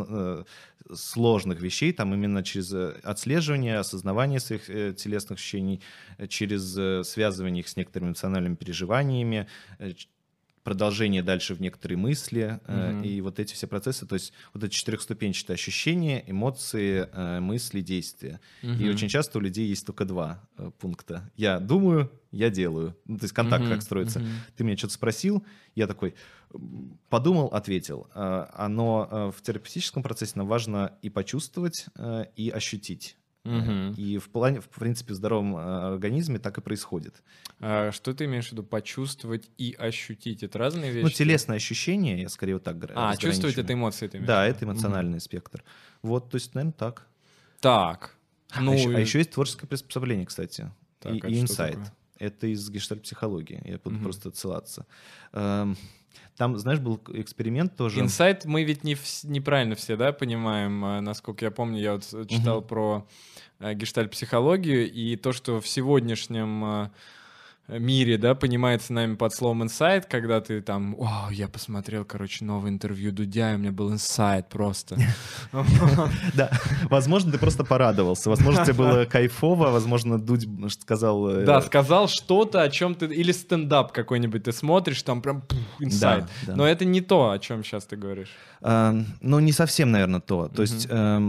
сложных вещей, там именно через отслеживание, осознавание своих телесных ощущений, через связывание их с некоторыми эмоциональными переживаниями, продолжение дальше в некоторые мысли, и вот эти все процессы, то есть вот это четырехступенчатое ощущение, эмоции, мысли, действия. И очень часто у людей есть только два пункта. Я думаю, я делаю. Ну, то есть контакт как строится. Ты меня что-то спросил, я такой подумал, ответил. Но в терапевтическом процессе нам важно и почувствовать, и ощутить. И в принципе, в здоровом организме так и происходит. Что ты имеешь в виду? Почувствовать и ощутить? Это разные вещи? Ну, телесное ощущение, я скорее вот так чувствовать разграничиваю. это эмоции ты имеешь в Да, виду? это эмоциональный спектр. Вот, то есть, наверное, так. Так. А еще есть творческое приспособление, кстати. Так, И это что инсайт. такое? Это из гештальт-психологии. Я буду просто отсылаться. Там, знаешь, был эксперимент тоже. Инсайт мы ведь неправильно все, да, понимаем. Насколько я помню, я вот читал про гештальт-психологию, и то, что в сегодняшнем мире, да, понимается нами под словом инсайт, когда ты там, вау, я посмотрел, короче, новое интервью Дудя, и у меня был инсайт просто. Да, возможно, ты просто порадовался. Возможно, тебе было кайфово, возможно, Дудь сказал... Да, сказал что-то, о чем ты... Или стендап какой-нибудь ты смотришь, там прям инсайт. Да. Но это не то, о чем сейчас ты говоришь. Ну, не совсем, наверное, то. То есть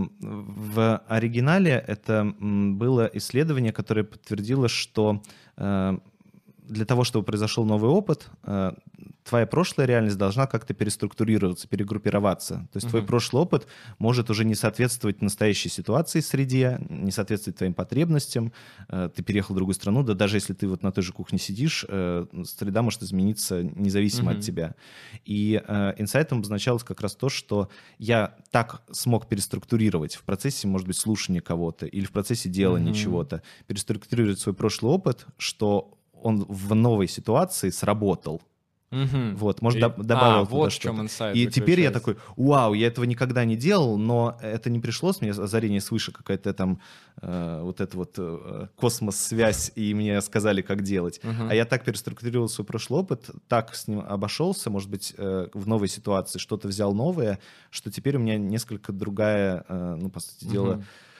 в оригинале это было исследование, которое подтвердило, что для того, чтобы произошел новый опыт, твоя прошлая реальность должна как-то переструктурироваться, перегруппироваться. То есть твой прошлый опыт может уже не соответствовать настоящей ситуации в среде, не соответствовать твоим потребностям. Ты переехал в другую страну, да даже если ты вот на той же кухне сидишь, среда может измениться независимо от тебя. И инсайтом обозначалось как раз то, что я так смог переструктурировать в процессе, может быть, слушания кого-то или в процессе делания чего-то, переструктурировать свой прошлый опыт, что он в новой ситуации сработал. Вот, может, добавил туда вот в что-то. чем инсайт И теперь я заключается. такой, вау, я этого никогда не делал, но это не пришло с мне озарение свыше, какая-то там вот эта вот космос-связь, и мне сказали, как делать. А я так переструктурировал свой прошлый опыт, так с ним обошелся, может быть, в новой ситуации что-то взял новое, что теперь у меня несколько другая, ну, по сути дела,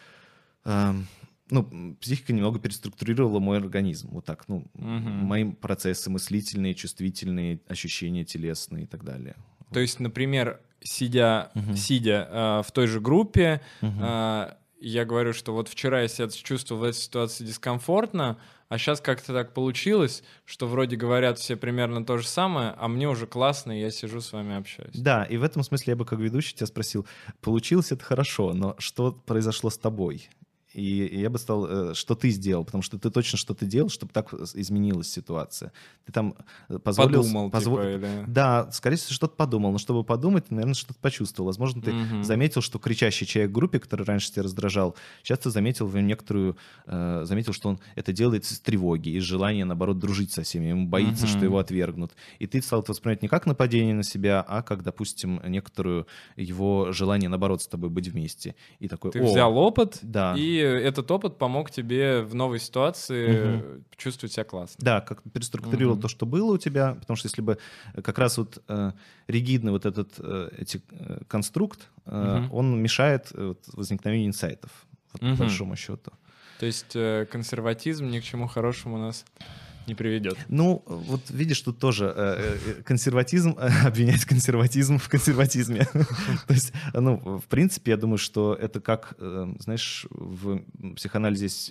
ну, психика немного переструктурировала мой организм. Вот так, ну, мои процессы мыслительные, чувствительные, ощущения телесные и так далее. То есть, например, сидя в той же группе, я говорю, что вот вчера я себя чувствовал в этой ситуации дискомфортно, а сейчас как-то так получилось, что вроде говорят все примерно то же самое, а мне уже классно, и я сижу с вами общаюсь. Да, и в этом смысле я бы как ведущий тебя спросил, получилось это хорошо, но что произошло с тобой? И я бы сказал, что ты сделал, потому что ты точно что-то делал, чтобы так изменилась ситуация. Ты там позволил... Подумал, типа, или... Да, скорее всего, что-то подумал. Но чтобы подумать, ты, наверное, что-то почувствовал. Возможно, ты заметил, что кричащий человек в группе, который раньше тебя раздражал, сейчас ты заметил в нем некоторую... заметил, что он это делает из тревоги, из желания, наоборот, дружить со всеми. Ему боится, что его отвергнут. И ты стал это воспринимать не как нападение на себя, а как, допустим, некоторую его желание, наоборот, с тобой быть вместе. И такой, ты взял опыт, да. И этот опыт помог тебе в новой ситуации чувствовать себя классно. Да, как переструктурировал то, что было у тебя, потому что если бы как раз вот ригидный вот этот конструкт, он мешает возникновению инсайтов, вот, по большому счету. То есть консерватизм ни к чему хорошему нас не приведет. Ну, вот видишь, тут тоже консерватизм, обвинять консерватизм в консерватизме. То есть, ну, в принципе, я думаю, что это как, знаешь, в психоанализе есть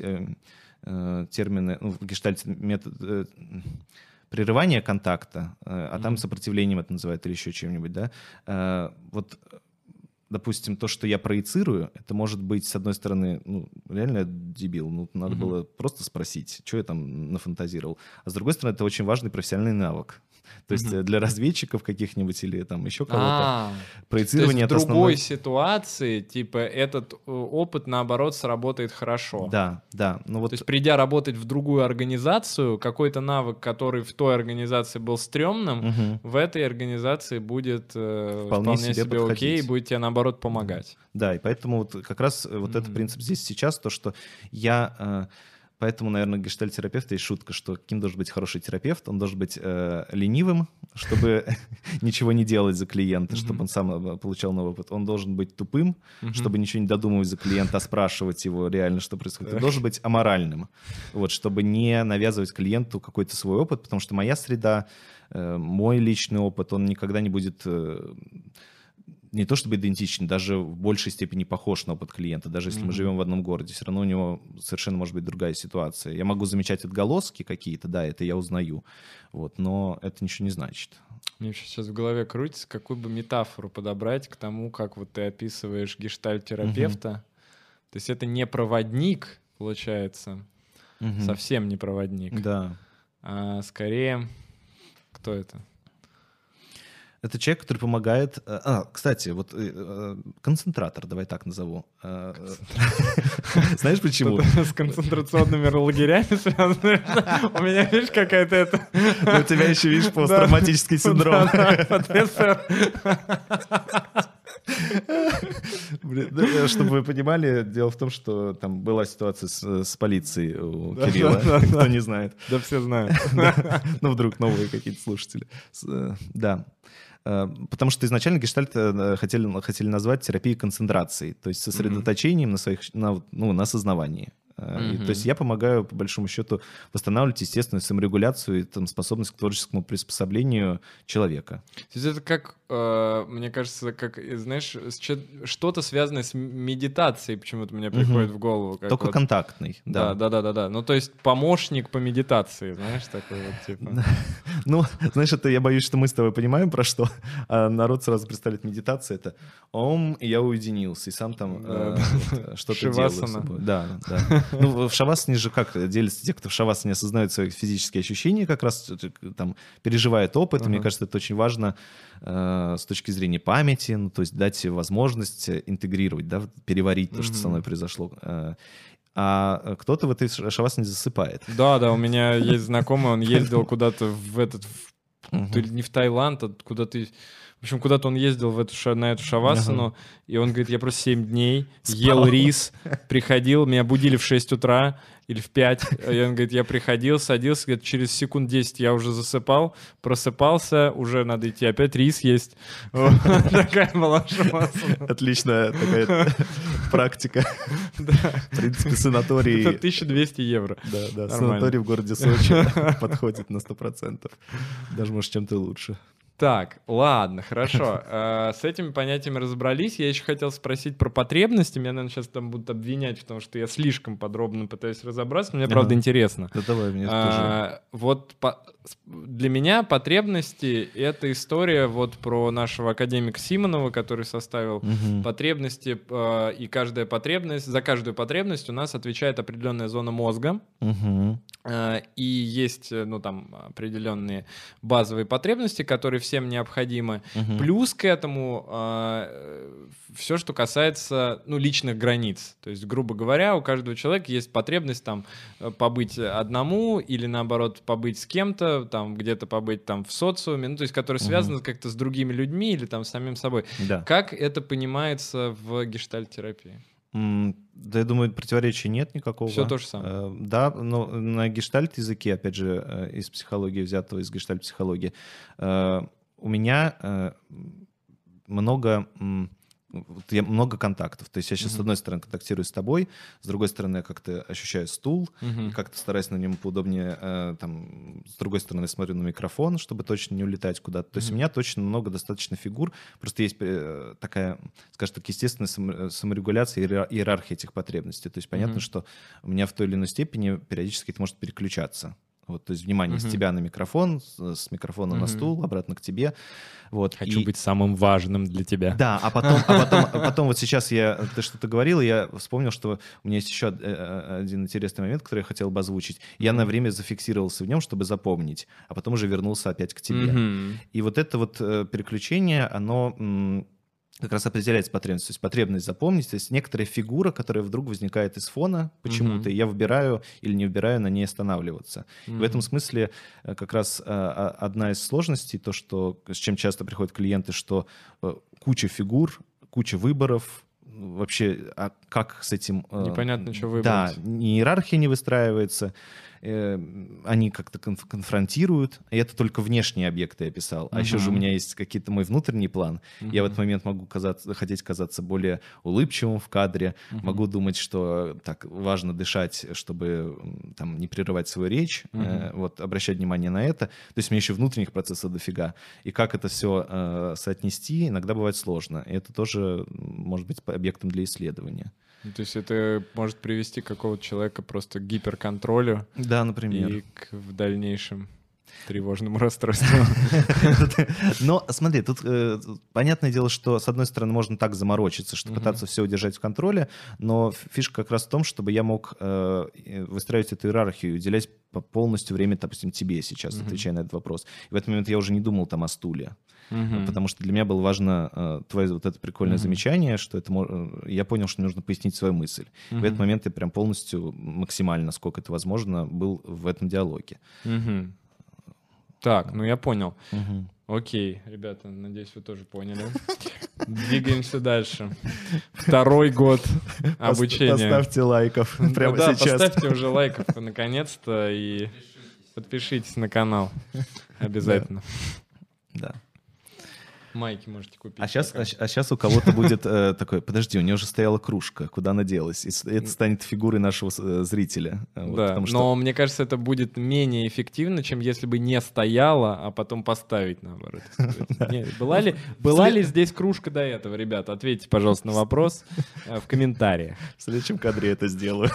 термины, ну, в гештальте метод прерывания контакта, а там сопротивлением это называют или еще чем-нибудь, да. Вот, допустим, то, что я проецирую, это может быть, с одной стороны, ну, реально дебил. Ну, надо было просто спросить, что я там нафантазировал. А с другой стороны, это очень важный профессиональный навык. То есть для разведчиков каких-нибудь или там еще кого-то. Проецирование — то это есть в другой основной... ситуации, типа, этот опыт, наоборот, сработает хорошо. Да, да. Ну, вот... То есть придя работать в другую организацию, какой-то навык, который в той организации был стрёмным, в этой организации будет вполне себе окей, и будет тебе, наоборот, помогать. Да, и поэтому вот как раз вот этот принцип здесь сейчас, то, что я... Поэтому, наверное, гештальт-терапевт есть шутка, что каким должен быть хороший терапевт? Он должен быть ленивым, чтобы ничего не делать за клиента, чтобы он сам получал новый опыт. Он должен быть тупым, чтобы ничего не додумывать за клиента, а спрашивать его реально, что происходит. Он должен быть аморальным, вот, чтобы не навязывать клиенту какой-то свой опыт, потому что моя среда, мой личный опыт, он никогда не будет... не то чтобы идентичен, даже в большей степени похож на опыт клиента. Даже если мы живем в одном городе, все равно у него совершенно может быть другая ситуация. Я могу замечать отголоски какие-то, да, это я узнаю, вот, но это ничего не значит. Мне сейчас в голове крутится, какую бы метафору подобрать к тому, как вот ты описываешь гештальт-терапевта. То есть это не проводник, получается, совсем не проводник. Да. А скорее, кто это? Это человек, который помогает... кстати, вот концентратор, давай так назову. Знаешь почему? С концентрационными лагерями связано. У меня, видишь, какая-то это... У тебя еще, видишь, посттравматический синдром. Чтобы вы понимали, дело в том, что там была ситуация с полицией у Кирилла, кто не знает. Да все знают. Ну, вдруг новые какие-то слушатели. Да. Потому что изначально гештальт хотели назвать терапией концентрацией, то есть сосредоточением на осознавании. То есть я помогаю, по большому счету, восстанавливать естественную саморегуляцию и там, способность к творческому приспособлению человека. То есть это как, мне кажется, как, знаешь, что-то связанное с медитацией почему-то мне приходит в голову. Как Только вот... контактный, да. Да. Ну, то есть помощник по медитации, знаешь, такой вот типа. Ну, знаешь, это я боюсь, что мы с тобой понимаем, про что. А народ сразу представляет медитация. Это «Ом», и я уединился, и сам там что-то делаю с собой. Да. Ну, в шавасане же как делятся те, кто в шавасане осознают свои физические ощущения, как раз там переживает опыт. Мне кажется, это очень важно с точки зрения памяти, ну, то есть дать возможность интегрировать, да, переварить то, что со мной произошло. А кто-то в этой шавасане засыпает. Да, у меня есть знакомый, он ездил куда-то в этот, то ли не в Таиланд, а куда-то... В общем, куда-то он ездил на эту шавасану, и он говорит, я просто 7 дней ел рис, приходил, меня будили в 6 утра или в 5, и он говорит, я приходил, садился, говорит, через секунд 10 я уже засыпал, просыпался, уже надо идти опять рис есть. Такая была шавасана. Отличная такая практика. В принципе, санаторий... Это 1200 евро. Да, санаторий в городе Сочи подходит на 100%. Даже, может, чем-то лучше. Так, ладно, хорошо. С этими понятиями разобрались. Я еще хотел спросить про потребности. Меня, наверное, сейчас там будут обвинять, потому что я слишком подробно пытаюсь разобраться. Мне, правда, интересно. Да давай, мне тоже. Вот для меня потребности — это история вот про нашего академика Симонова, который составил потребности, и каждая потребность, за каждую потребность у нас отвечает определенная зона мозга. И есть, ну, там, определенные базовые потребности, которые всем необходимы. Плюс к этому все, что касается, ну, личных границ. То есть, грубо говоря, у каждого человека есть потребность там побыть одному или, наоборот, побыть с кем-то, там, где-то побыть там в социуме, ну, то есть, которые связаны как-то с другими людьми или там с самим собой. Да. Как это понимается в гештальт-терапии? Да, я думаю, противоречия нет никакого. Все то же самое. Да, но на гештальт-языке, опять же, из психологии взятого, из гештальт-психологии, у меня я много контактов. То есть я сейчас, с одной стороны, контактирую с тобой, с другой стороны, я как-то ощущаю стул, и как-то стараюсь на нем поудобнее, там, с другой стороны, смотрю на микрофон, чтобы точно не улетать куда-то. То есть у меня точно много достаточно фигур. Просто есть такая, скажем так, естественная саморегуляция, иерархия этих потребностей. То есть понятно, что у меня в той или иной степени периодически это может переключаться. Вот, то есть внимание с тебя на микрофон, с микрофона на стул, обратно к тебе. Вот. Хочу быть самым важным для тебя. Да, а потом вот сейчас ты что-то говорил, и я вспомнил, что у меня есть еще один интересный момент, который я хотел бы озвучить. Я на время зафиксировался в нем, чтобы запомнить, а потом уже вернулся опять к тебе. И вот это вот переключение, оно как раз определяется потребность. То есть потребность запомнить, то есть некоторая фигура, которая вдруг возникает из фона почему-то, и я выбираю или не выбираю на ней останавливаться. В этом смысле как раз одна из сложностей, то, что, с чем часто приходят клиенты, что куча фигур, куча выборов, вообще, а как с этим... Непонятно, что выбрать. Да, иерархия не выстраивается, они как-то конфронтируют, и это только внешние объекты я писал. А еще же у меня есть какие-то мой внутренний план. Я в этот момент могу хотеть казаться более улыбчивым в кадре, могу думать, что так важно дышать, чтобы там не прерывать свою речь, вот обращать внимание на это. То есть у меня еще внутренних процессов дофига. И как это все соотнести, иногда бывает сложно. И это тоже может быть объектом для исследования. То есть это может привести какого-то человека просто к гиперконтролю. Да, например. И в дальнейшем тревожному расстройству. Но смотри, тут понятное дело, что с одной стороны можно так заморочиться, что пытаться все удержать в контроле, но фишка как раз в том, чтобы я мог выстраивать эту иерархию, уделять полностью время, допустим, тебе сейчас, отвечая на этот вопрос. И в этот момент я уже не думал там о стуле. Потому что для меня было важно твое вот это прикольное замечание, что это я понял, что нужно пояснить свою мысль. В этот момент я прям полностью, максимально, насколько это возможно, был в этом диалоге. Так, ну я понял. Окей, ребята, надеюсь, вы тоже поняли. Двигаемся дальше. 2-й год обучения. Поставьте лайков прямо сейчас. Поставьте уже лайков наконец-то и подпишитесь на канал. Обязательно. Да. Майки можете купить. А сейчас у кого-то будет такой, подожди, у нее уже стояла кружка, куда она делась? И это станет фигурой нашего зрителя. Да, но мне кажется, это будет менее эффективно, чем если бы не стояла, а потом поставить, наоборот. Была ли здесь кружка до этого, ребята? Ответьте, пожалуйста, на вопрос в комментариях. В следующем кадре это сделаю.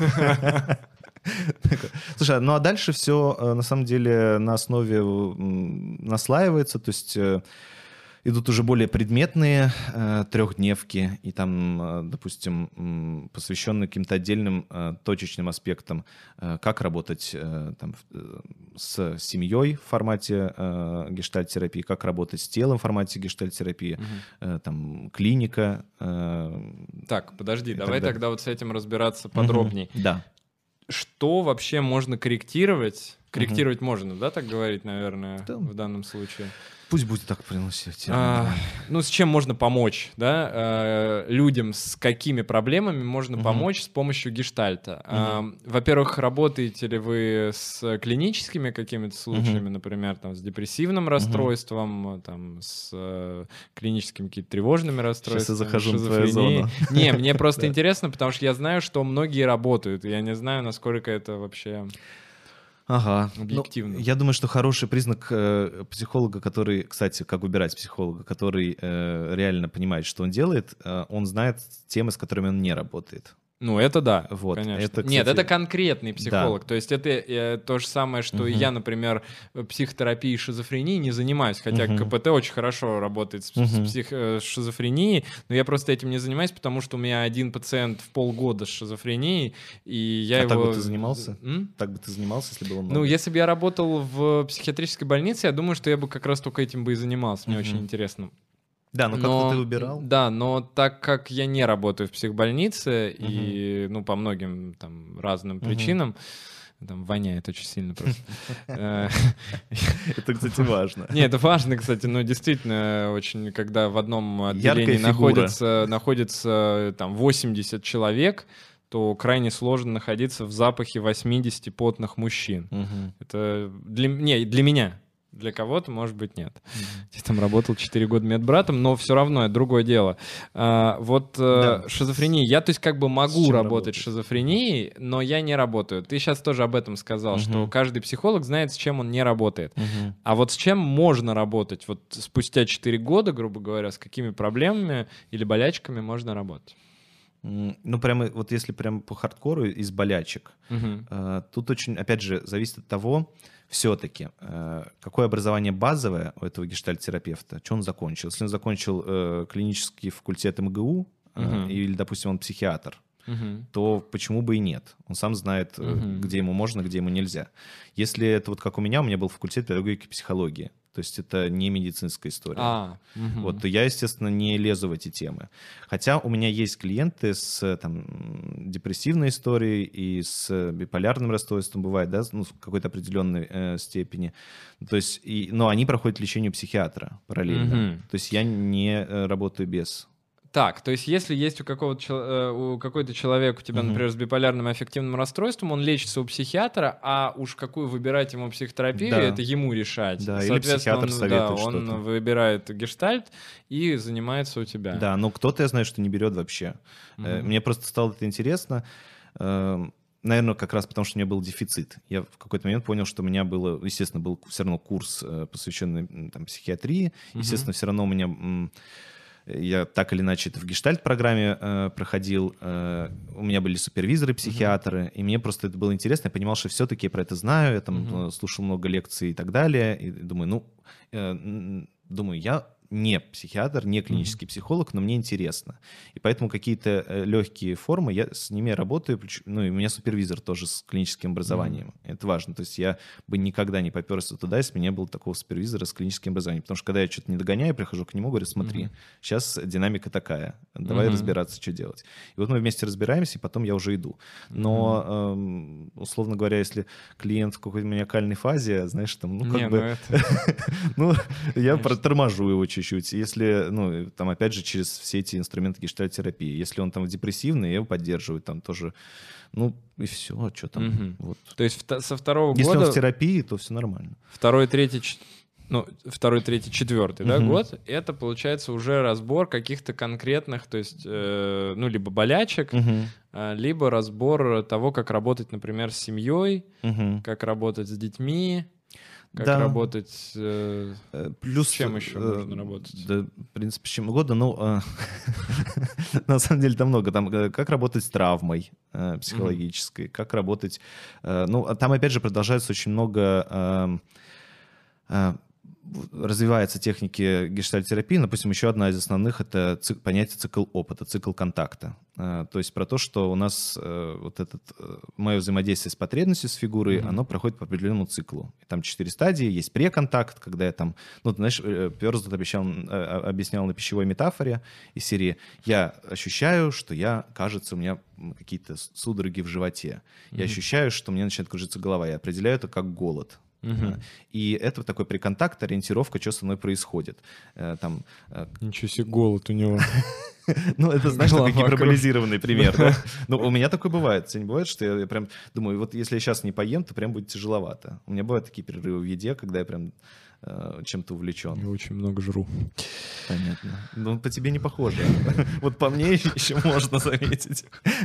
Слушай, ну а дальше все на самом деле на основе наслаивается, то есть идут уже более предметные трехдневки, и там, допустим, посвященные каким-то отдельным точечным аспектам, как работать там, с семьей в формате гештальт-терапии, как работать с телом в формате гештальт-терапии, там, клиника. Так, подожди, давай тогда вот с этим разбираться подробнее. Да. Что вообще можно корректировать? Корректировать можно, да, так говорить, наверное, в данном случае? Пусть будет так приносить. Ну, с чем можно помочь, да? Людям с какими проблемами можно помочь с помощью гештальта? Во-первых, работаете ли вы с клиническими какими-то случаями, например, там, с депрессивным расстройством, там, с клиническими какими-то тревожными расстройствами? Сейчас я захожу в твою зону. Не, мне просто интересно, потому что я знаю, что многие работают, и я не знаю, насколько это вообще... Ага. Объективно. Ну, я думаю, что хороший признак психолога, который, кстати, как выбирать психолога, который реально понимает, что он делает, он знает темы, с которыми он не работает. Ну, это да, вот, конечно. Это, кстати... Нет, это конкретный психолог. Да. То есть это то же самое, что и я, например, психотерапией шизофрении не занимаюсь, хотя КПТ очень хорошо работает с шизофренией, но я просто этим не занимаюсь, потому что у меня один пациент в полгода с шизофренией, и я его... так бы ты занимался? Так бы ты занимался, если бы он... Ну, если бы я работал в психиатрической больнице, я думаю, что я бы как раз только этим бы и занимался. Мне очень интересно. Да, но как-то ты выбирал. Да, но так как я не работаю в психбольнице, и, ну, по многим там разным причинам, там воняет очень сильно просто. Это, кстати, важно. Не, это важно, кстати, но действительно очень, когда в одном отделении находится там 80 человек, то крайне сложно находиться в запахе 80 потных мужчин. Это для меня. Для кого-то, может быть, нет. Я там работал 4 года медбратом, но все равно это другое дело. Шизофрения. Я, то есть, как бы могу работать с шизофренией, но я не работаю. Ты сейчас тоже об этом сказал, что каждый психолог знает, с чем он не работает. А вот с чем можно работать? Вот спустя 4 года, грубо говоря, с какими проблемами или болячками можно работать? Ну, прямо вот если прям по хардкору из болячек, тут очень, опять же, зависит от того, все-таки, какое образование базовое у этого гештальт-терапевта, что он закончил. Если он закончил клинический факультет МГУ, или, допустим, он психиатр, то почему бы и нет? Он сам знает, где ему можно, где ему нельзя. Если это вот как у меня был факультет педагогики и психологии, то есть это не медицинская история. Вот, то я, естественно, не лезу в эти темы. Хотя у меня есть клиенты с там, депрессивной историей и с биполярным расстройством, бывает, да, ну, в какой-то определенной степени. То есть, но они проходят лечение у психиатра параллельно. То есть я не работаю без... Так, то есть если есть у какой-то человек у тебя, например, с биполярным и аффективным расстройством, он лечится у психиатра, а уж какую выбирать ему психотерапию, это ему решать. Да, или психиатр советует что-то. Он выбирает гештальт и занимается у тебя. Да, но кто-то, я знаю, что не берет вообще. Мне просто стало это интересно. Наверное, как раз потому, что у меня был дефицит. Я в какой-то момент понял, что у меня был, естественно, был все равно курс, посвященный там, психиатрии. Естественно, все равно у меня... Я так или иначе это в гештальт-программе проходил. У меня были супервизоры, психиатры, и мне просто это было интересно. Я понимал, что все-таки я про это знаю. Я там слушал много лекций и так далее. И думаю, я не психиатр, не клинический психолог, но мне интересно. И поэтому какие-то легкие формы, я с ними работаю. Ну, и у меня супервизор тоже с клиническим образованием. Это важно. То есть я бы никогда не поперся туда, если бы не было такого супервизора с клиническим образованием. Потому что когда я что-то не догоняю, прихожу к нему, говорю, смотри, сейчас динамика такая, давай разбираться, что делать. И вот мы вместе разбираемся, и потом я уже иду. Но, условно говоря, если клиент в какой-то маниакальной фазе, знаешь, там, я проторможу его чуть-чуть. Если, ну, там, опять же, через все эти инструменты гештальт-терапии. Если он там депрессивный, я его поддерживаю там тоже. Ну, и все, что там. Вот. То есть со второго года... Если он в терапии, то все нормально. Второй, третий... ну, второй, третий, четвертый, да, год, это получается уже разбор каких-то конкретных, то есть, ну, либо болячек, либо разбор того, как работать, например, с семьей, как работать с детьми, как работать... Плюс, с чем еще можно работать? Да, в принципе, с чем угодно. Ну, на самом деле там много. Там как работать с травмой психологической, как работать... Ну, там, опять же, продолжается очень много... Развиваются техники гештальт-терапии. Допустим, еще одна из основных — это понятие цикл опыта, цикл контакта. То есть про то, что у нас вот это мое взаимодействие с потребностью, с фигурой, оно проходит по определенному циклу. И там 4 стадии. Есть преконтакт, когда я там... Ну, ты знаешь, Пёрс тут объяснял на пищевой метафоре из серии «Я ощущаю, что кажется, у меня какие-то судороги в животе. Я ощущаю, что мне начинает кружиться голова. Я определяю это как голод». И это такой преконтакт, ориентировка, что со мной происходит. Там, Ничего себе, голод у него. ну, это, знаешь, такой гиперболизированный пример. Да? Ну, у меня такое бывает. Тебе не бывает, что я прям думаю, вот если я сейчас не поем, то прям будет тяжеловато. У меня бывают такие перерывы в еде, когда я прям чем-то увлечен. Я очень много жру. Понятно. Ну, по тебе не похоже. Вот по мне еще можно заметить.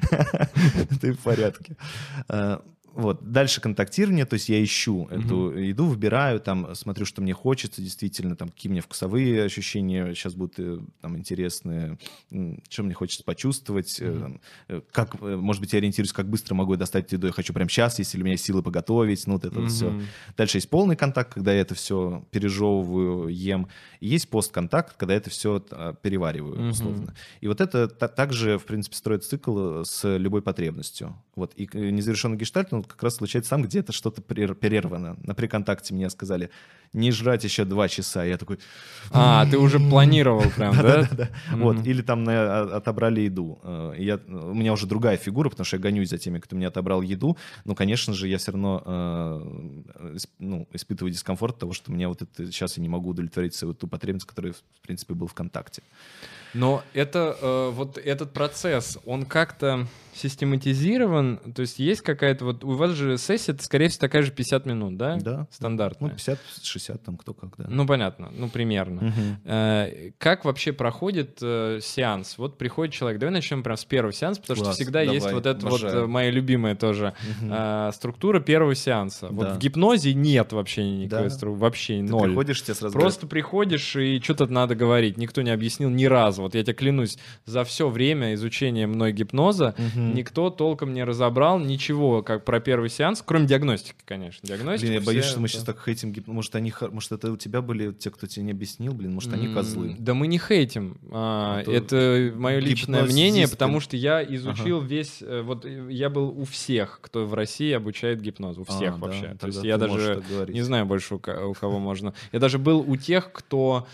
Ты в порядке. Вот. Дальше контактирование, то есть я ищу эту еду, выбираю, там, смотрю, что мне хочется, действительно, там, какие мне вкусовые ощущения сейчас будут там, интересные, что мне хочется почувствовать, там, как, может быть, я ориентируюсь, как быстро могу я достать еду, я хочу прямо сейчас, если у меня есть силы поготовить, ну, вот это вот все. Дальше есть полный контакт, когда я это все пережевываю, ем. И есть постконтакт, когда я это все перевариваю, условно. И вот это также, в принципе, строит цикл с любой потребностью. Вот. И незавершенный гештальт, он как раз случается там, где-то что-то перервано. На преконтакте мне сказали, не жрать еще 2 часа. Я такой... ты уже планировал прям, да? Да. Вот. Или там отобрали еду. У меня уже другая фигура, потому что я гонюсь за теми, кто мне отобрал еду. Но, конечно же, я все равно испытываю дискомфорт от того, что мне вот это сейчас я не могу удовлетворить свою ту потребность, которая, в принципе, был в контакте. Но это вот этот процесс, он как-то систематизирован, то есть есть какая-то вот... У вас же сессия, это, скорее всего, такая же 50 минут, да? Да. Стандартная. Ну, 50-60, там кто как, да. Ну, понятно, ну, примерно. Как вообще проходит сеанс? Вот приходит человек, давай начнем прям с первого сеанса, потому что всегда есть вот эта вот моя любимая тоже структура первого сеанса. Вот в гипнозе нет вообще никакой структуры, вообще ноль. Ты приходишь, тебе сразу просто приходишь, и что-то надо говорить. Никто не объяснил ни разу. Вот я тебе клянусь, за все время изучения мной гипноза никто толком не разобрал ничего, как про первый сеанс, кроме диагностики, конечно. Блин, я боюсь, что мы сейчас так хейтим гипноз. Может, это у тебя были те, кто тебе не объяснил, блин, может, они козлы. Да мы не хейтим. Это мое личное мнение, потому что я изучил весь... Вот я был у всех, кто в России обучает гипноз. У всех вообще. То есть я даже не знаю больше, у кого можно. Я даже был у тех, кто...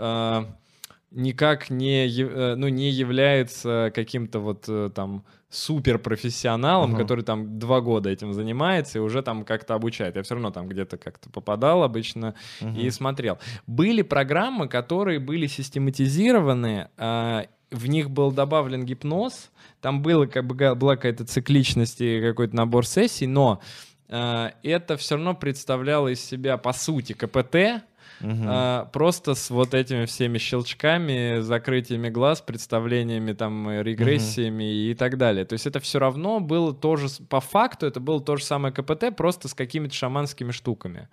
никак не является каким-то вот там суперпрофессионалом, который там 2 года этим занимается и уже там как-то обучает. Я все равно там где-то как-то попадал обычно и смотрел. Были программы, которые были систематизированы, в них был добавлен гипноз, там была какая-то цикличность и какой-то набор сессий, но это все равно представляло из себя, по сути, КПТ, просто с вот этими всеми щелчками, закрытиями глаз, представлениями, там, регрессиями и так далее. То есть это все равно было тоже, по факту, это было то же самое КПТ, просто с какими-то шаманскими штуками.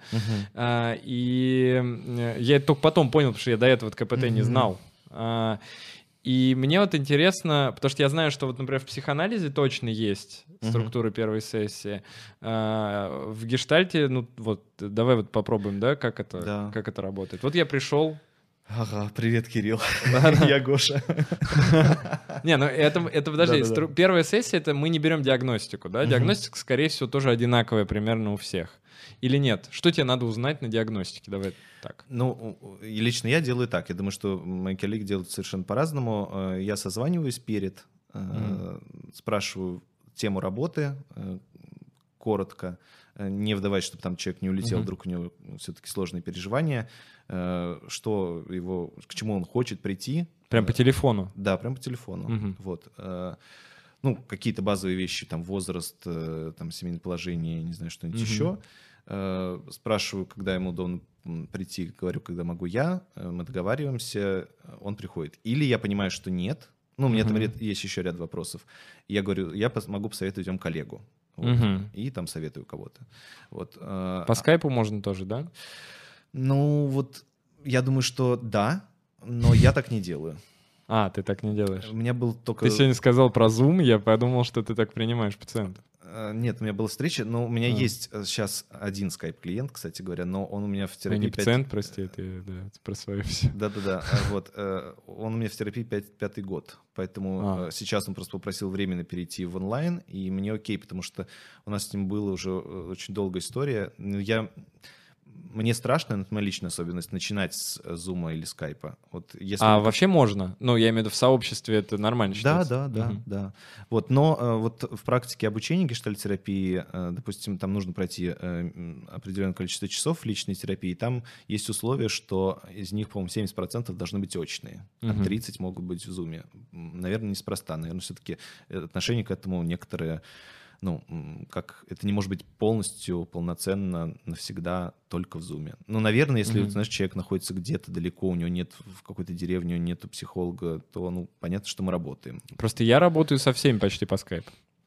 И я это только потом понял, потому что я до этого КПТ не знал. И мне вот интересно, потому что я знаю, что вот, например, в психоанализе точно есть структура первой сессии. В гештальте, ну вот, давай вот попробуем, да, как это работает. Вот я пришел. Ага, привет, Кирилл. Я Гоша. Не, ну это подожди, первая сессия, это мы не берем диагностику, да? Диагностика, скорее всего, тоже одинаковая примерно у всех. Или нет? Что тебе надо узнать на диагностике? Давай так. Ну, лично я делаю так. Я думаю, что мои коллеги делают совершенно по-разному. Я созваниваюсь перед, спрашиваю тему работы, коротко, не вдаваясь, чтобы там человек не улетел, вдруг у него все-таки сложные переживания, что его, к чему он хочет прийти. Прям по телефону? Да, прям по телефону. Вот. Ну, какие-то базовые вещи, там, возраст, там, семейное положение, не знаю, что-нибудь еще. спрашиваю, когда ему удобно прийти, говорю, когда могу я, мы договариваемся, он приходит. Или я понимаю, что нет, ну, у меня там есть еще ряд вопросов. Я говорю, я могу посоветовать вам коллегу. Вот, и там советую кого-то. Вот. По скайпу можно тоже, да? Ну, вот я думаю, что да, но я так не делаю. А, ты так не делаешь? У меня был только... Ты сегодня сказал про Zoom, я подумал, что ты так принимаешь пациентов. Нет, у меня была встреча, но у меня есть сейчас один скайп-клиент, кстати говоря, но он у меня в терапии... Не пациент, прости, это про свое все. Да-да-да, вот. Он у меня в терапии 5-й год, поэтому сейчас он просто попросил временно перейти в онлайн, и мне окей, потому что у нас с ним была уже очень долгая история. Мне страшно, это моя личная особенность, начинать с Zoom или скайпа. Вот если вообще можно? Ну, я имею в виду, в сообществе это нормально считается? Да. Вот, но вот в практике обучения гештальт-терапии, допустим, там нужно пройти определенное количество часов в личной терапии, там есть условие, что из них, по-моему, 70% должны быть очные, а 30% могут быть в Zoom. Наверное, неспроста. Наверное, все-таки отношение к этому некоторые... Ну, как это не может быть полностью, полноценно, навсегда только в Zoom. Ну, наверное, если, знаешь, человек находится где-то далеко, у него нет в какой-то деревне, у него нету психолога, то, ну, понятно, что мы работаем. Просто я работаю со всеми почти по скайпу.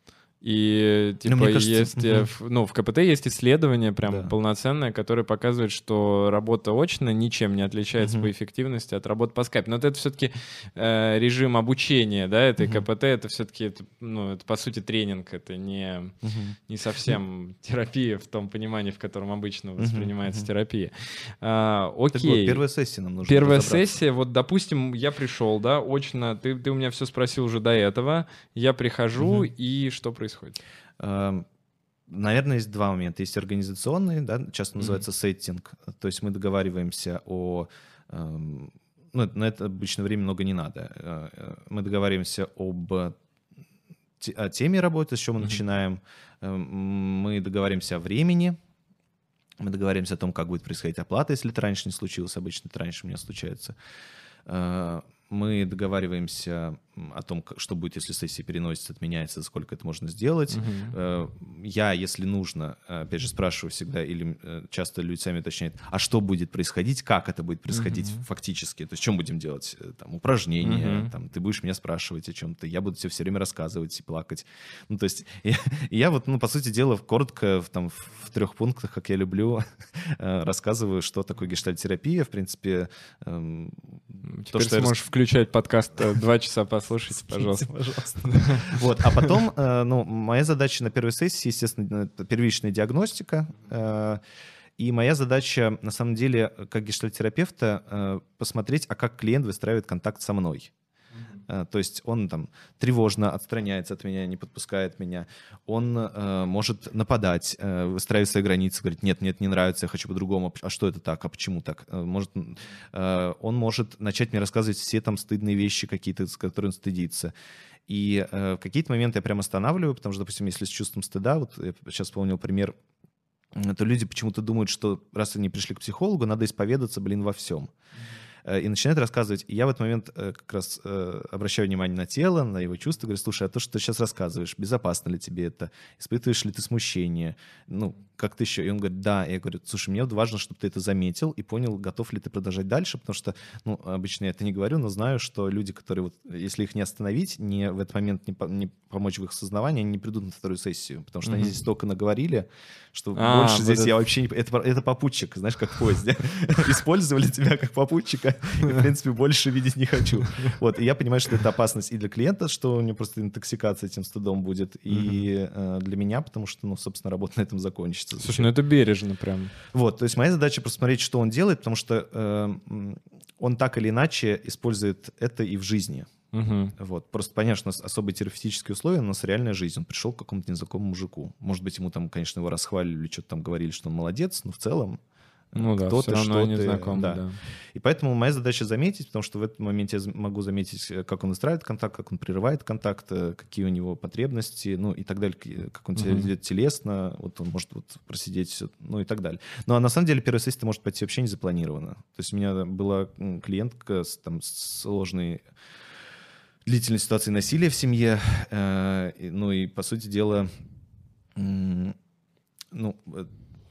И типа кажется, есть, в КПТ есть исследование прям полноценное, которое показывает, что работа очно ничем не отличается по эффективности от работы по скайпу. Но это все-таки режим обучения, да, этой КПТ, это все-таки, это по сути тренинг, это не совсем терапия в том понимании, в котором обычно воспринимается терапия. Окей. Первая сессия нам нужна. Первая сессия, вот, допустим, я пришел, да, очно, ты у меня все спросил уже до этого, я прихожу, и что происходит? Наверное, есть два момента. Есть организационный, да, часто называется сеттинг, то есть мы договариваемся о... Ну, на это обычно время много не надо. Мы договариваемся о теме работы, с чего мы начинаем. Мы договариваемся о времени. Мы договариваемся о том, как будет происходить оплата, если это раньше не случилось. Обычно это раньше у меня случается. Мы договариваемся о том, что будет, если сессия переносится, отменяется, сколько это можно сделать. Я, если нужно, опять же, спрашиваю всегда, или часто люди сами уточняют, а что будет происходить, как это будет происходить фактически, то есть чем будем делать, там, упражнения, там, ты будешь меня спрашивать о чем-то, я буду тебе все время рассказывать и плакать. Ну, то есть я вот, ну, по сути дела, коротко, в 3 пунктах, как я люблю, рассказываю, что такое гештальт-терапия, в принципе. Теперь ты сможешь включать подкаст 2 часа послушать, пожалуйста. Вот, а потом, ну, моя задача на первой сессии, естественно, это первичная диагностика. И моя задача, на самом деле, как гештальт-терапевта, посмотреть, а как клиент выстраивает контакт со мной. То есть он там тревожно отстраняется от меня, не подпускает меня. Он может нападать, выстраивать свои границы, говорить, нет, мне это не нравится, я хочу по-другому. А что это так? А почему так? Он может начать мне рассказывать все там стыдные вещи какие-то, с которыми он стыдится. И в какие-то моменты я прям останавливаю, потому что, допустим, если с чувством стыда, вот я сейчас вспомнил пример, то люди почему-то думают, что раз они пришли к психологу, надо исповедаться, во всем. И начинает рассказывать. И я в этот момент как раз обращаю внимание на тело, на его чувства, говорю, слушай, а то, что ты сейчас рассказываешь, безопасно ли тебе это? Испытываешь ли ты смущение? Ну, как-то еще. И он говорит, да. И я говорю, слушай, мне важно, чтобы ты это заметил и понял, готов ли ты продолжать дальше, потому что, ну, обычно я это не говорю, но знаю, что люди, которые, вот, если их не остановить, не в этот момент не помочь в их осознавании, они не придут на вторую сессию, потому что они здесь столько наговорили, что больше здесь я вообще не... Это попутчик, знаешь, как в поезде. Использовали тебя как попутчика, и, в принципе, больше видеть не хочу. Вот, и я понимаю, что это опасность и для клиента, что у него просто интоксикация этим стыдом будет, и для меня, потому что, ну, собственно, работа на этом закончится. Слушай, ну это бережно прям. Вот, то есть моя задача посмотреть, что он делает, потому что он так или иначе использует это и в жизни. Вот. Просто понятно, что у нас особые терапевтические условия, у нас реальная жизнь. Он пришел к какому-то незнакомому мужику. Может быть, ему там, конечно, его расхвалили, что-то там говорили, что он молодец, но в целом ну да, все равно они знакомы, да. И поэтому моя задача заметить, потому что в этом моменте я могу заметить, как он выстраивает контакт, как он прерывает контакт, какие у него потребности, ну и так далее, как он себя ведет телесно, вот он может вот просидеть, ну и так далее. Ну а на самом деле первая сессия может пойти вообще не запланировано. То есть у меня была клиентка с сложной длительной ситуацией насилия в семье, ну и, по сути дела, ну,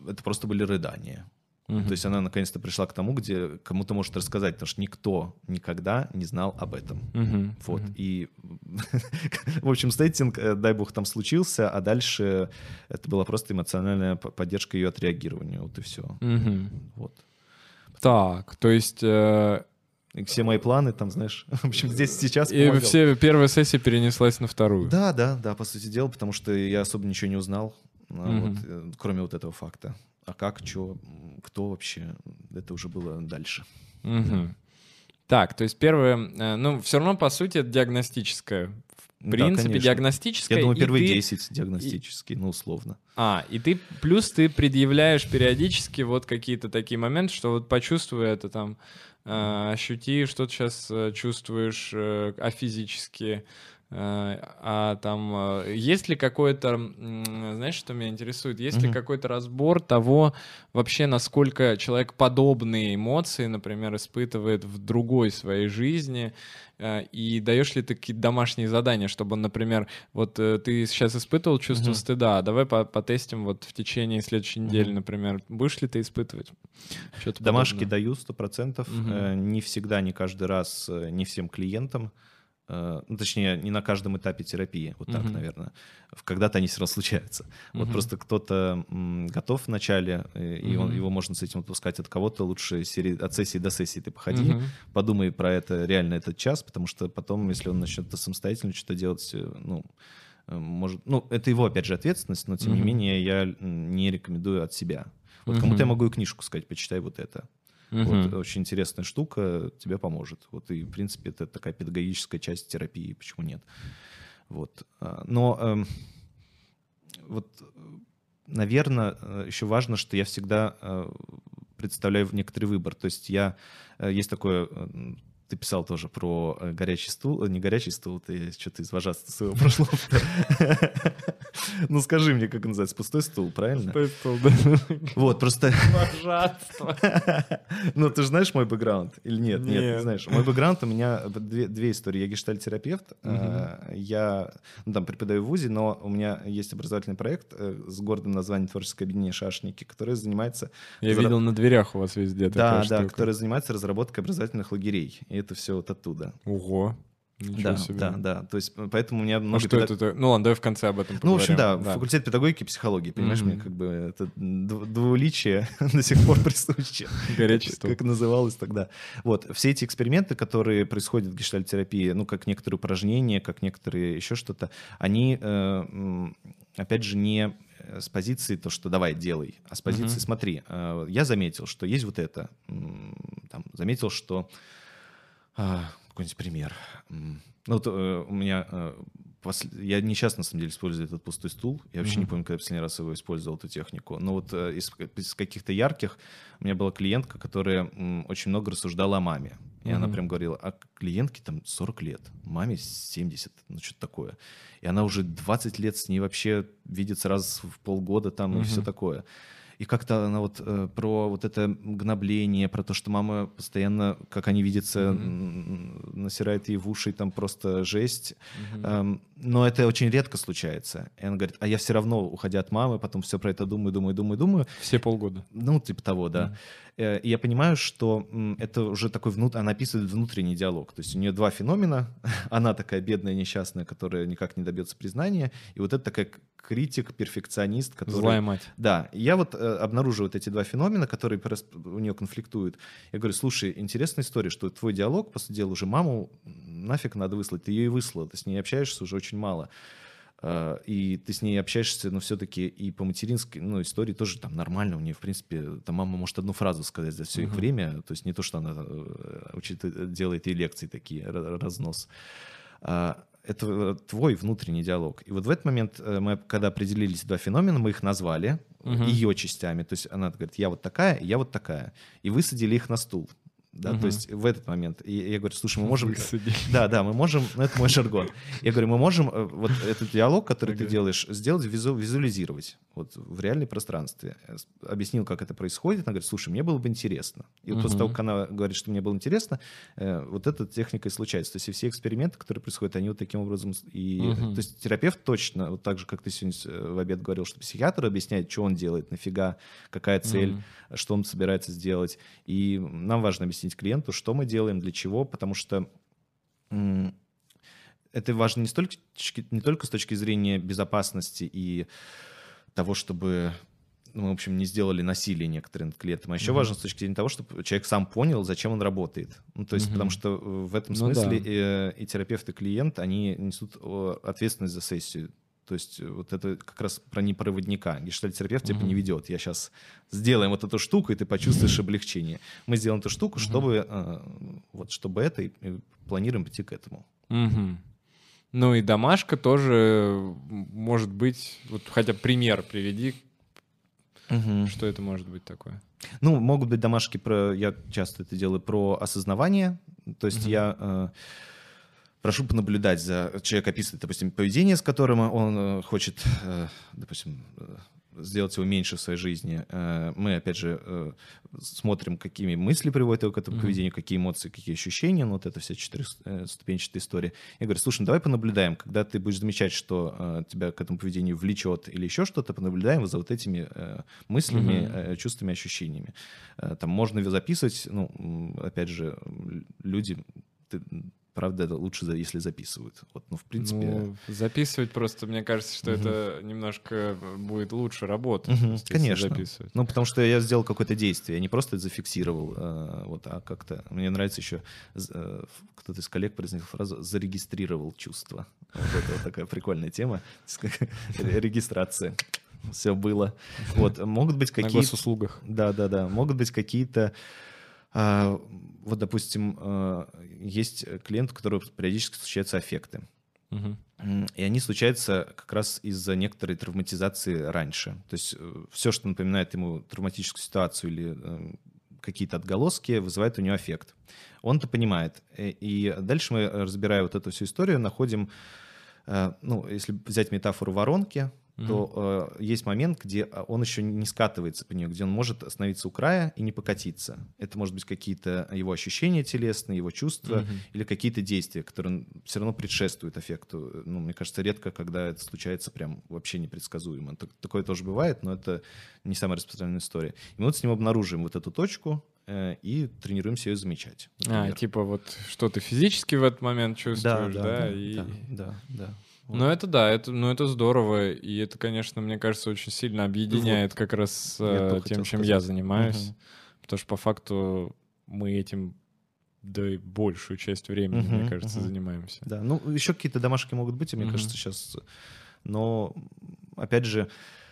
это просто были рыдания. То есть она наконец-то пришла к тому, где кому-то может рассказать, потому что никто никогда не знал об этом. Вот. И, в общем, стейтинг, дай бог, там случился, а дальше это была просто эмоциональная поддержка ее отреагирования. Вот и все. Вот. Так, то есть... И все мои планы там, знаешь, в общем, здесь сейчас И помогал. все, первая сессия перенеслась на вторую. Да, по сути дела, потому что я особо ничего не узнал, вот, кроме вот этого факта. А как, что, кто вообще, это уже было дальше. Так, то есть первое, ну, все равно, по сути, это диагностическое. В принципе, конечно. диагностическое. Я думаю, и первые ты- 10 диагностические, ну, условно. И ты, плюс ты предъявляешь периодически вот какие-то такие моменты, что вот почувствуй это там, ощути, что ты сейчас чувствуешь, физически, там, есть ли какой-то, знаешь, что меня интересует, есть ли какой-то разбор того вообще, насколько человек подобные эмоции, например, испытывает в другой своей жизни, и даешь ли ты какие-то домашние задания, чтобы он, например, вот ты сейчас испытывал чувство стыда, давай потестим вот в течение следующей недели, например, будешь ли ты испытывать что-то Домашки подобное? даю 100%, не всегда, не каждый раз, не всем клиентам. Ну, точнее, не на каждом этапе терапии, вот так, наверное. Когда-то они все равно случаются. Вот просто кто-то готов в начале, и его можно с этим отпускать, от кого-то лучше от сессии до сессии ты походи, подумай про это реально этот час, потому что потом, если он начнет самостоятельно что-то делать, ну, может, ну, это его, опять же, ответственность, но, тем не менее, я не рекомендую от себя. Вот кому-то я могу и книжку сказать, почитай вот это. Вот, очень интересная штука, тебе поможет. Вот, и, в принципе, это такая педагогическая часть терапии, почему нет. Вот. Но вот, наверное, еще важно, что я всегда представляю некоторый выбор. То есть есть такое... Ты писал тоже про горячий стул, не горячий стул, ты что-то из вожатства своего прошлого. Ну скажи мне, как называется, пустой стул, правильно? Пустой стул, да. Вот, просто... Вожатство. Ну, ты же знаешь мой бэкграунд или нет? Нет, Нет. не знаешь. Мой бэкграунд, у меня две истории. Я гештальт-терапевт, я там преподаю в ВУЗе, но у меня есть образовательный проект с гордым названием «Творческое объединение «Шашники», который занимается... Я видел на дверях у вас везде такая Да, штука. который занимается разработкой образовательных лагерей. И это все вот оттуда. Ого. Ничего себе. Да. То есть, поэтому у меня А много... что это? Ну ладно, давай в конце об этом Ну, в поговорим. общем, да, факультет педагогики и психологии, понимаешь, мне как бы это двуличие до сих пор присуще. Горячий стул. Как называлось тогда. Вот, все эти эксперименты, которые происходят в гештальт-терапии, ну, как некоторые упражнения, как некоторые еще что-то, они, опять же, не с позиции то, что давай, делай, а с позиции смотри, я заметил, что есть вот это, там, заметил, что... Какой-нибудь пример. Ну, вот, у меня... Я не часто, на самом деле, использую этот пустой стул. Я вообще не помню, когда я последний раз его использовал, эту технику. Но вот из каких-то ярких у меня была клиентка, которая очень много рассуждала о маме. И она прям говорила, а клиентке там 40 лет, маме 70, ну что-то такое. И она уже 20 лет с ней вообще видится раз в полгода там и все такое. И как-то она вот про вот это гнобление, про то, что мама постоянно, как они видятся, насирает ей в уши, там просто жесть. Но это очень редко случается. И она говорит, а я все равно, уходя от мамы, потом все про это думаю. Все полгода. Ну, типа того, да. И я понимаю, что это уже такой она описывает внутренний диалог. То есть у нее два феномена. Она такая бедная, несчастная, которая никак не добьется признания. И вот это такая критик, перфекционист, который... Злая мать. Да. И я вот обнаруживаю вот эти два феномена, которые у нее конфликтуют. Я говорю, слушай, интересная история, что твой диалог, по сути дела, уже маму нафиг надо выслать. Ты ее и выслал. Ты с ней общаешься уже очень мало. И ты с ней общаешься, но все-таки и по материнской, ну, истории тоже там нормально. У нее, в принципе, там мама может одну фразу сказать за все их время. То есть не то, что она делает ей лекции такие, разнос. Это твой внутренний диалог. И вот в этот момент мы, когда определились два феномена, мы их назвали ее частями. То есть она говорит, я вот такая, и я вот такая. И высадили их на стул. Да, то есть в этот момент. И я говорю, слушай, мы можем... Высадили. Да, мы можем... Ну, это мой жаргон. Я говорю, мы можем вот этот диалог, который ты делаешь, сделать, визуализировать вот в реальном пространстве. Объяснил, как это происходит. Она говорит, слушай, мне было бы интересно. И вот после того, как она говорит, что мне было интересно, вот эта техника и случается. То есть и все эксперименты, которые происходят, они вот таким образом... То есть терапевт точно, вот так же, как ты сегодня в обед говорил, что психиатр объясняет, что он делает, нафига, какая цель, что он собирается сделать. И нам важно объяснить клиенту, что мы делаем, для чего, потому что это важно не только с точки зрения безопасности и того, чтобы мы, в общем, не сделали насилие некоторым над клиентом, а еще важно с точки зрения того, чтобы человек сам понял, зачем он работает. Ну, то есть, потому что в этом смысле и терапевт, и клиент, они несут ответственность за сессию. То есть вот это как раз про непроводника. Гештальт-терапевт тебя не ведет. Я сейчас сделаем вот эту штуку, и ты почувствуешь облегчение. Мы сделаем эту штуку, чтобы это, и планируем пойти к этому. Ну и домашка тоже может быть... Вот хотя пример приведи. Что это может быть такое? Ну, могут быть домашки я часто это делаю, про осознавание. То есть я... прошу понаблюдать за... Человек описывает, допустим, поведение, с которым он хочет, допустим, сделать его меньше в своей жизни. Мы, опять же, смотрим, какими мысли приводят его к этому поведению, какие эмоции, какие ощущения. Ну, вот это вся четырехступенчатая история. Я говорю, слушай, давай понаблюдаем. Когда ты будешь замечать, что тебя к этому поведению влечет или еще что-то, понаблюдаем за вот этими мыслями, чувствами, ощущениями. Там можно записывать. Ну, опять же, люди... Правда, это лучше, если записывают. Вот, ну, в принципе... Ну, записывать просто, мне кажется, что это немножко будет лучше работать. Конечно. Записывать. Ну, потому что я сделал какое-то действие, я не просто это зафиксировал, а как-то... Мне нравится еще, кто-то из коллег произнес фразу «зарегистрировал чувства». Вот это вот такая прикольная тема. Регистрация. Все было. Вот, могут быть какие-то... На госуслугах. Да. Могут быть какие-то... Вот, допустим, есть клиент, у которого периодически случаются аффекты. И они случаются как раз из-за некоторой травматизации раньше. То есть все, что напоминает ему травматическую ситуацию или какие-то отголоски, вызывает у него аффект. Он это понимает. И дальше мы, разбирая вот эту всю историю, находим, ну, если взять метафору воронки, то есть момент, где он еще не скатывается по нее, где он может остановиться у края и не покатиться. Это может быть какие-то его ощущения телесные, его чувства или какие-то действия, которые все равно предшествуют аффекту. Ну, мне кажется, редко, когда это случается прям вообще непредсказуемо. Такое тоже бывает, но это не самая распространенная история. И мы вот с ним обнаружим вот эту точку и тренируемся ее замечать. Например. Типа вот что ты физически в этот момент чувствуешь, Да. Вот. Ну, это да, это здорово, и это, конечно, мне кажется, очень сильно объединяет как раз с тем, чем я занимаюсь, потому что по факту мы этим и большую часть времени, мне кажется, занимаемся. Да, ну, еще какие-то домашки могут быть, мне кажется, сейчас, но, опять же,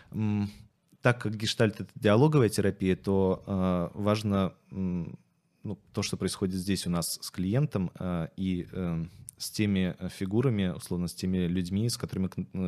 так как гештальт — это диалоговая терапия, то важно то, что происходит здесь у нас с клиентом, и с теми фигурами, условно, с теми людьми, с которыми,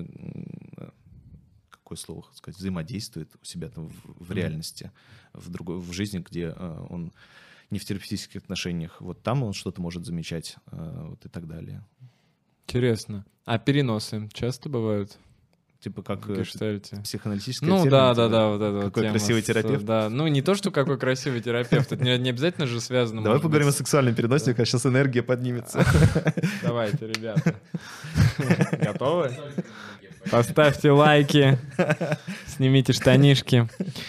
какое слово сказать, взаимодействует у себя там в реальности, в жизни, где он не в терапевтических отношениях. Вот там он что-то может замечать, вот и так далее. Интересно. А переносы часто бывают? Типа как терапия. психоаналитическая Ну терапия. Да, вот это какой вот красивый терапевт. Да, ну не то, что какой красивый терапевт, это не обязательно же связано. Давай поговорим о сексуальном переносе, как сейчас энергия поднимется. Давайте, ребята. Готовы? Поставьте лайки, снимите штанишки.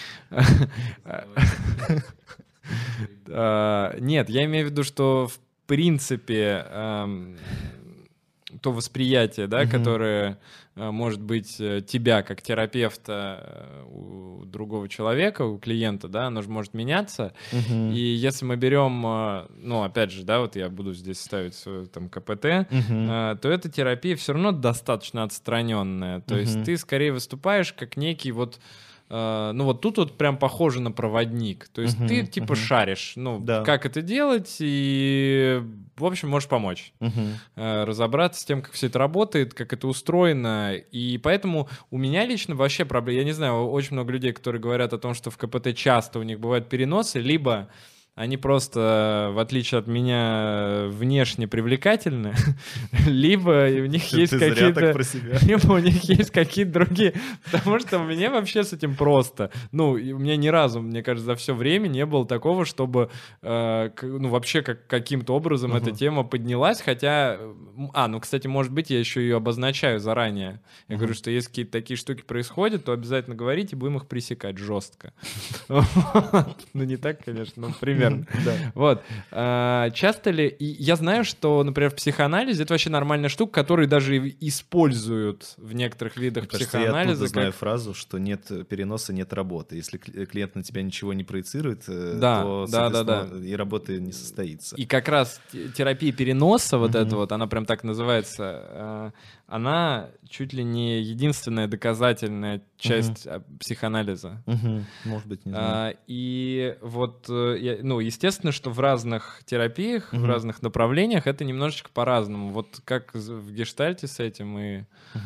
Нет, я имею в виду, что в принципе то восприятие, да, которое может быть тебя как терапевта у другого человека, у клиента, да, оно же может меняться. И если мы берем, ну, опять же, да, вот я буду здесь ставить свою там КПТ, то эта терапия все равно достаточно отстраненная. То есть ты скорее выступаешь как некий вот ну вот тут вот прям похоже на проводник. То есть ты типа шаришь, ну, как это делать, и, в общем, можешь помочь. Разобраться с тем, как все это работает, как это устроено. И поэтому у меня лично вообще проблема. Я не знаю, очень много людей, которые говорят о том, что в КПТ часто у них бывают переносы, либо они просто, в отличие от меня, внешне привлекательны, либо у них есть какие-то... Либо у них есть какие-то другие... Потому что мне вообще с этим просто. Ну, и у меня ни разу, мне кажется, за все время не было такого, чтобы ну, вообще каким-то образом эта тема поднялась, хотя... ну, кстати, может быть, я еще ее обозначаю заранее. Я говорю, что если какие-то такие штуки происходят, то обязательно говорите, будем их пресекать жестко. Ну, не так, конечно, но примерно. Вот. Часто ли... И я знаю, что, например, в психоанализе это вообще нормальная штука, которую даже используют в некоторых видах психоанализа. Я знаю фразу, что нет переноса, нет работы. Если клиент на тебя ничего не проецирует, да, то, соответственно, и работы не состоится. И как раз терапия переноса, вот эта вот, она прям так называется, она чуть ли не единственная доказательная часть психоанализа. Может быть, не знаю. И вот, ну, естественно, что в разных терапиях, в разных направлениях это немножечко по-разному. Вот как в гештальте с этим и...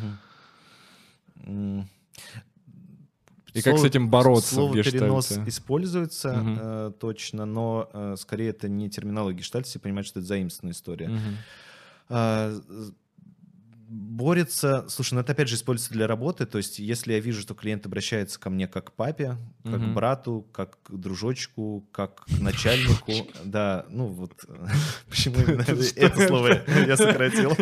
И как с этим бороться слово в гештальте? «перенос» используется точно, но скорее это не терминология гештальта, все понимают, что это заимствованная история. Борется, слушай, ну это опять же используется для работы, то есть если я вижу, что клиент обращается ко мне как к папе, как к брату, как к дружочку, как к начальнику, да, ну вот почему именно это слово я сократил.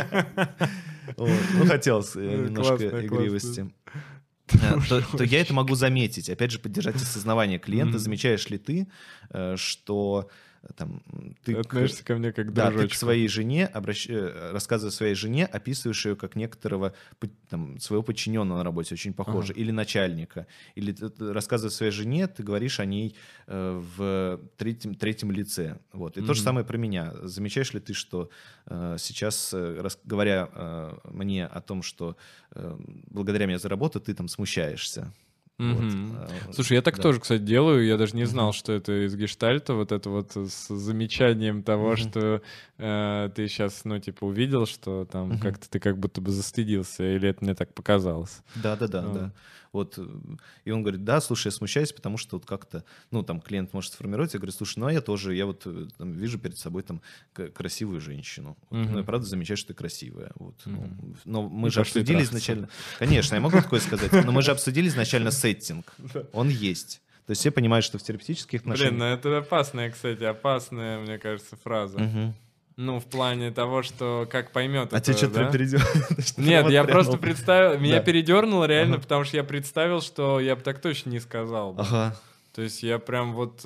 Ну хотелось немножко игривости. То я это могу заметить. Опять же, поддержать осознавание клиента. Замечаешь ли ты, что там, ты относишься ко мне как да, дружочку. ты к своей жене, рассказывая своей жене, описываешь ее как некоторого там, своего подчиненного на работе, очень похоже, или начальника. Или рассказывая своей жене, ты говоришь о ней в третьем лице. Вот. И то же самое про меня. Замечаешь ли ты, что сейчас, говоря мне о том, что благодаря мне за работу, ты там смущаешься? Вот. Слушай, я так тоже, кстати, делаю. Я даже не знал, что это из гештальта, вот это вот с замечанием того, что ты сейчас, ну, типа, увидел, что там как-то ты как будто бы застыдился, или это мне так показалось. Да. Вот. И он говорит, да, слушай, я смущаюсь, потому что вот как-то, ну, там, клиент может сформировать, я говорю, слушай, ну, а я тоже, я вот там, вижу перед собой там красивую женщину. Вот. Ну, я правда замечаю, что ты красивая. Вот. Но мы же обсудили изначально... Конечно, я могу такое сказать, но мы же обсудили изначально сеттинг. Он есть. То есть все понимают, что в терапевтических отношениях... Блин, ну это опасная, кстати, опасная, мне кажется, фраза. Ну, в плане того, что как поймет это, тебя что-то передернуло? Нет, я просто представил... Меня передернуло реально, потому что я представил, что я бы так точно не сказал. То есть я прям вот...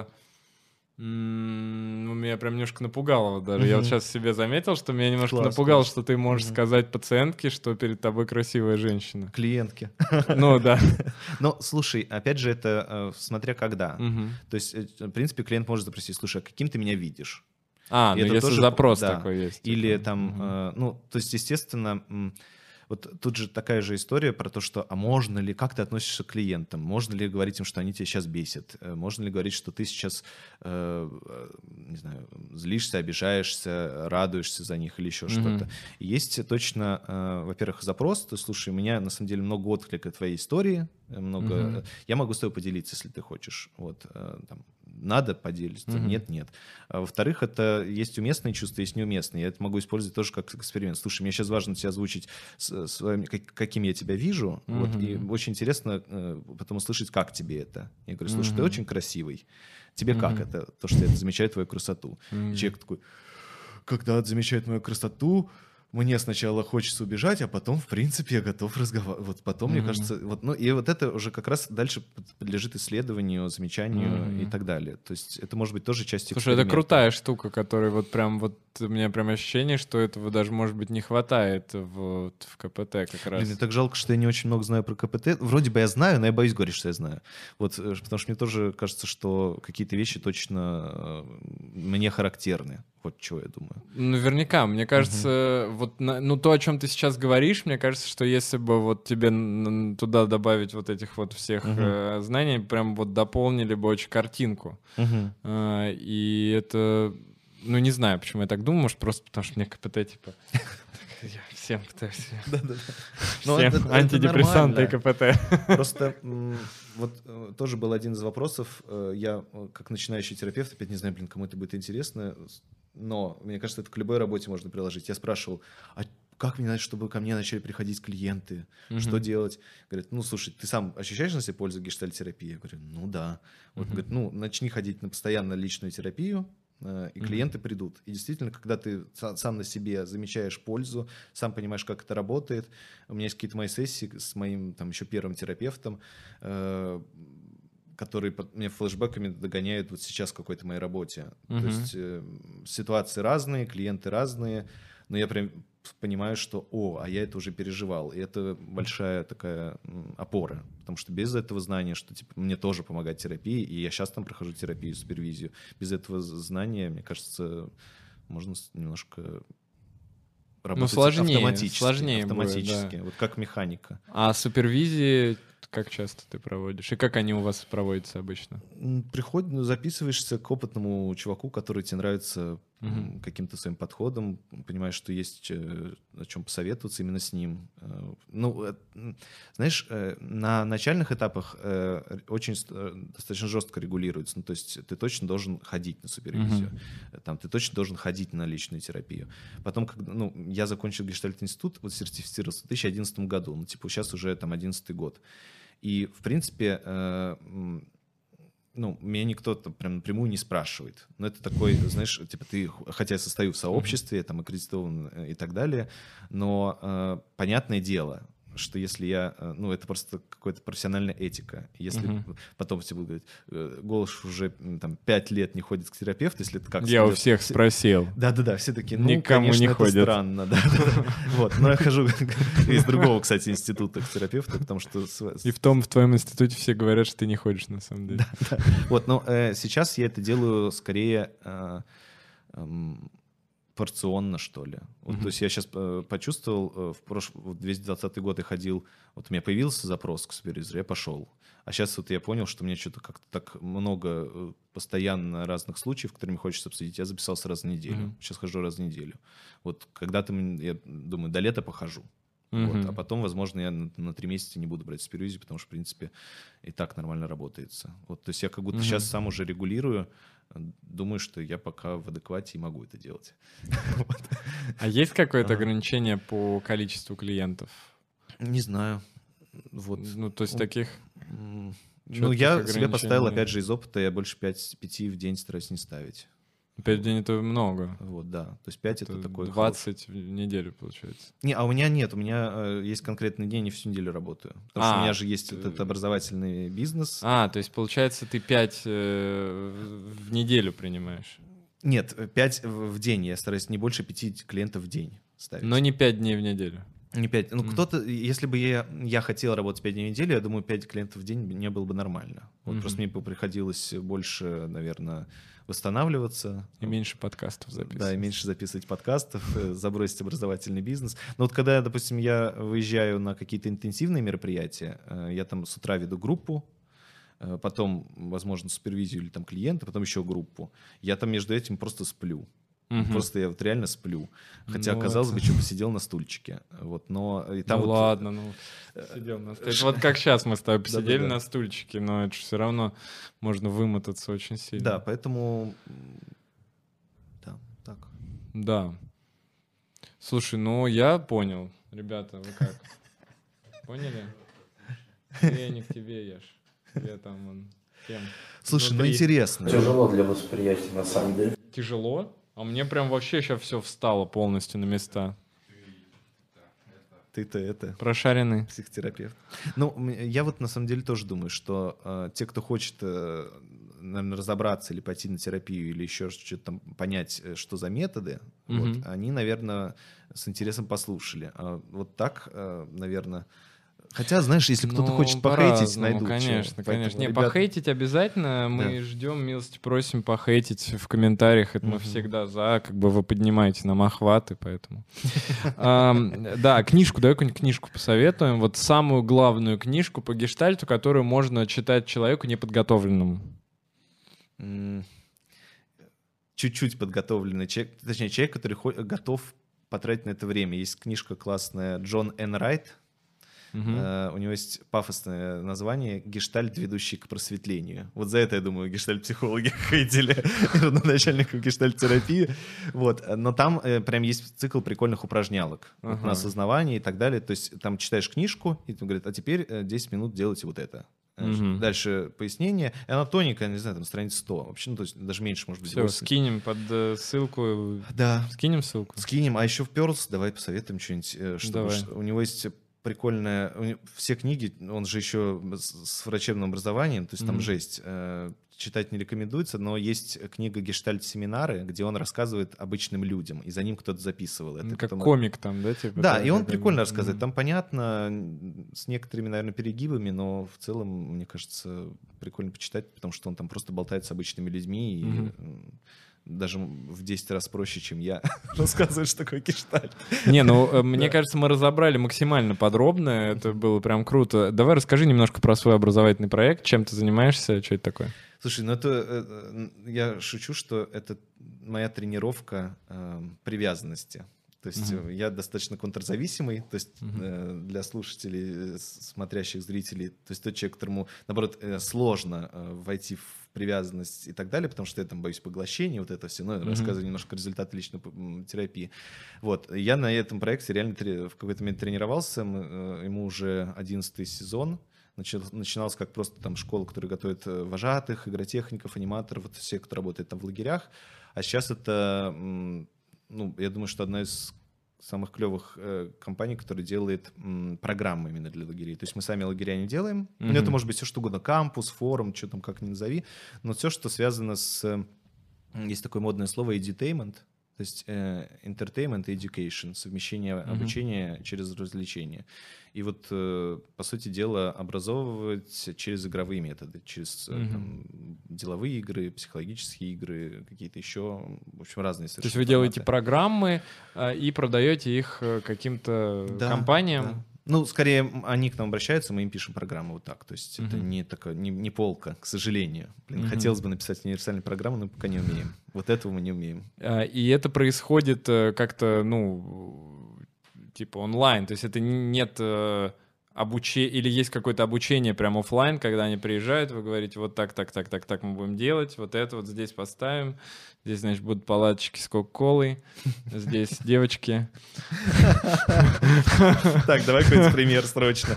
Меня прям немножко напугало даже. Я вот сейчас себе заметил, что меня немножко напугало, что ты можешь сказать пациентке, что перед тобой красивая женщина. Клиентке. Ну, да. Но, слушай, опять же, это смотря когда. То есть, в принципе, клиент может запросить, слушай, а каким ты меня видишь? Ну если тоже, запрос такой есть. Или там, ну, то есть, естественно, вот тут же такая же история про то, что, а можно ли, как ты относишься к клиентам? Можно ли говорить им, что они тебя сейчас бесят? Можно ли говорить, что ты сейчас, не знаю, злишься, обижаешься, радуешься за них или еще что-то? Есть точно, во-первых, запрос, то, слушай, у меня, на самом деле, много отклика твоей истории, много... Я могу с тобой поделиться, если ты хочешь. Вот, там, надо поделиться, нет. А во-вторых, это есть уместные чувства, есть неуместные. Я это могу использовать тоже как эксперимент. Слушай, мне сейчас важно тебя озвучить, каким я тебя вижу, вот, и очень интересно потом услышать, как тебе это. Я говорю, слушай, ты очень красивый. Тебе как это? То, что я замечаю твою красоту. И человек такой, когда замечает мою красоту, мне сначала хочется убежать, а потом, в принципе, я готов разговаривать. Вот потом, мне кажется, вот, ну, и вот это уже как раз дальше подлежит исследованию, замечанию и так далее. То есть это может быть тоже часть эксперимента. Слушай, это крутая штука, которая вот прям вот у меня прям ощущение, что этого даже, может быть, не хватает в КПТ как раз. Блин, мне так жалко, что я не очень много знаю про КПТ. Вроде бы я знаю, но я боюсь говорить, что я знаю. Вот, потому что мне тоже кажется, что какие-то вещи точно мне характерны. Вот чего я думаю. Наверняка. Мне кажется, вот ну то, о чем ты сейчас говоришь, мне кажется, что если бы вот тебе туда добавить вот этих вот всех знаний, прям вот дополнили бы очень картинку. И это... Ну, не знаю, почему я так думаю. Может, просто потому что мне КПТ, типа... Я всем пытаюсь. Да-да-да. Всем антидепрессанты и КПТ. Просто вот тоже был один из вопросов. Я как начинающий терапевт, опять не знаю, кому это будет интересно, но мне кажется, это к любой работе можно приложить. Я спрашивал, а как мне надо, чтобы ко мне начали приходить клиенты? Что делать? Говорят, ну, слушай, ты сам ощущаешь на себе пользу гештальт-терапии? Я говорю, ну да. Вот, говорит, ну, начни ходить на постоянно личную терапию, и клиенты придут. И действительно, когда ты сам на себе замечаешь пользу, сам понимаешь, как это работает. У меня есть какие-то мои сессии с моим там еще первым терапевтом, которые мне флешбэками догоняют вот сейчас в какой-то моей работе. То есть ситуации разные, клиенты разные, но я прям понимаю, что, а я это уже переживал, и это большая такая опора, потому что без этого знания, что типа мне тоже помогает терапия, и я сейчас там прохожу терапию, супервизию, без этого знания, мне кажется, можно немножко работать сложнее автоматически, будет, да. вот как механика. А супервизии как часто ты проводишь? И как они у вас проводятся обычно? Записываешься к опытному чуваку, который тебе нравится каким-то своим подходом, понимаешь, что есть о чем посоветоваться именно с ним. Ну, знаешь, на начальных этапах очень достаточно жестко регулируется. Ну, то есть ты точно должен ходить на супервизию, там, ты точно должен ходить на личную терапию. Потом, когда, я закончил Гештальт-институт, вот сертифицировался в 2011 году, ну, типа, сейчас уже там 11-й год. И, в принципе, меня никто прям напрямую не спрашивает. Но это такой, знаешь, типа ты, хотя я состою в сообществе, там, аккредитован и так далее, но понятное дело, что если я, это просто какая-то профессиональная этика. Если потом все будут говорить, Голыш уже там 5 лет не ходит к терапевту, если это как... Я у всех спросил. Да-да-да, все такие, никому конечно, не это ходят. Странно. Да. Вот, но я хожу из другого, кстати, института к терапевту, потому что... И в твоем институте все говорят, что ты не ходишь, на самом деле. Да. Вот, но сейчас я это делаю скорее... порционно, что ли. Вот, то есть я сейчас почувствовал, в 2020 год я ходил, вот у меня появился запрос к супервизору, я пошел. А сейчас вот я понял, что мне что-то как-то так много постоянно разных случаев, которые мне хочется обсудить. Я записался раз в неделю. Сейчас хожу раз в неделю. Вот когда-то, я думаю, до лета похожу. Вот, а потом, возможно, я на 3 месяца не буду брать супервизию, потому что, в принципе, и так нормально работается. Вот, то есть я как будто сейчас сам уже регулирую, думаю, что я пока в адеквате и могу это делать. А есть какое-то ограничение по количеству клиентов? Не знаю. Вот. Ну, то есть таких... я себе поставил, опять же, из опыта, я больше 5 в день стараюсь не ставить. 5 в день — это много. Вот, да. То есть 5 — это такой... 20 в неделю, получается. А у меня нет. У меня есть конкретный день, и всю неделю работаю. Потому что у меня же есть этот образовательный бизнес. То есть, получается, ты 5 в неделю принимаешь? Нет, 5 в день. Я стараюсь не больше 5 клиентов в день ставить. Но не 5 дней в неделю? Не 5. Кто-то, если бы я хотел работать 5 дней в неделю, я думаю, 5 клиентов в день мне было бы нормально. Вот просто мне бы приходилось больше, наверное, восстанавливаться. И меньше подкастов записывать. Да, и меньше записывать подкастов, забросить образовательный бизнес. Но вот когда, допустим, я выезжаю на какие-то интенсивные мероприятия, я там с утра веду группу, потом, возможно, супервизию или там клиента, потом еще группу. Я там между этим просто сплю. Просто я вот реально сплю. Хотя, казалось бы, что посидел на стульчике. Вот, но и там ладно, сидел на стульчике. Вот как сейчас мы с тобой посидели на стульчике, но это же все равно можно вымотаться очень сильно. Да, поэтому... Да, так. Да. Слушай, я понял. Ребята, вы как? Поняли? Я не к тебе, Яш. Я там, кем? Слушай, интересно. Тяжело для восприятия, на самом деле. Тяжело? А мне прям вообще сейчас все встало полностью на места. Ты-то это... Прошаренный. Психотерапевт. Я вот на самом деле тоже думаю, что те, кто хочет, наверное, разобраться или пойти на терапию, или еще что-то там понять, что за методы, вот, они, наверное, с интересом послушали. А вот так, наверное... Хотя, знаешь, если кто-то хочет похейтить, найдут. Конечно, конечно. Ребята... Похейтить обязательно. Мы ждем, милости просим похейтить в комментариях. Это мы всегда за. Как бы вы поднимаете нам охваты, поэтому... Да, книжку, давай какую-нибудь книжку посоветуем. Вот самую главную книжку по гештальту, которую можно читать человеку неподготовленному. Чуть-чуть подготовленный человек, точнее, человек, который готов потратить на это время. Есть книжка классная Джон Н. Райт. У него есть пафосное название «Гештальт, ведущий к просветлению». Вот за это, я думаю, гештальт-психологи хейтили родоначальников гештальт-терапии. Вот. Но там прям есть цикл прикольных упражнялок на осознавание и так далее. То есть там читаешь книжку, и ты говорит, а теперь 10 минут делайте вот это. Дальше пояснение. И она тоненькая, не знаю, там страниц 100. Вообще, ну, то есть даже меньше, может быть. Все, 80. Скинем под ссылку. Да. Скинем ссылку? Скинем. А еще в Pearls давай посоветуем что-нибудь. Чтобы у него есть прикольная... Все книги, он же еще с врачебным образованием, то есть там жесть. Читать не рекомендуется, но есть книга «Гештальт-семинары», где он рассказывает обычным людям, и за ним кто-то записывал это. Как комик там, да? Типа, да, и он прикольно рассказывает. Там понятно, с некоторыми, наверное, перегибами, но в целом, мне кажется, прикольно почитать, потому что он там просто болтает с обычными людьми, и даже в 10 раз проще, чем я рассказываю, что такое гештальт. Не, ну, мне кажется, мы разобрали максимально подробно, это было прям круто. Давай расскажи немножко про свой образовательный проект, чем ты занимаешься, что это такое? Слушай, ну это... Я шучу, что это моя тренировка привязанности. То есть я достаточно контрзависимый, то есть для слушателей, смотрящих зрителей, то есть тот человек, которому, наоборот, сложно войти в привязанность и так далее, потому что я там боюсь поглощения, вот это все, но рассказываю немножко результаты личной терапии. Вот, я на этом проекте реально в какой-то момент тренировался, ему уже 11-й сезон. Начиналось как просто там школа, которая готовит вожатых, игротехников, аниматоров, вот все, кто работает там в лагерях. А сейчас это, ну, я думаю, что одна из самых клевых компаний, которая делает программы именно для лагерей. То есть мы сами лагеря не делаем. Ну, это может быть все что угодно, кампус, форум, что там, как ни назови. Но все, что связано с... Есть такое модное слово edutainment, то есть entertainment и education, совмещение обучения через развлечения. И вот, по сути дела, образовывать через игровые методы, через там, деловые игры, психологические игры, какие-то еще, в общем, разные совершенно. То есть вы делаете программы и продаете их каким-то компаниям? Да. Ну, скорее, они к нам обращаются, мы им пишем программу вот так. То есть это не полка, к сожалению. Хотелось бы написать универсальную программу, но пока не умеем. Вот этого мы не умеем. И это происходит как-то, ну, типа онлайн? То есть это нет обучения, или есть какое-то обучение прямо офлайн, когда они приезжают, вы говорите, вот так мы будем делать, вот это вот здесь поставим, здесь, значит, будут палаточки с кока-колой, здесь девочки. Так, давай какой-нибудь пример срочно.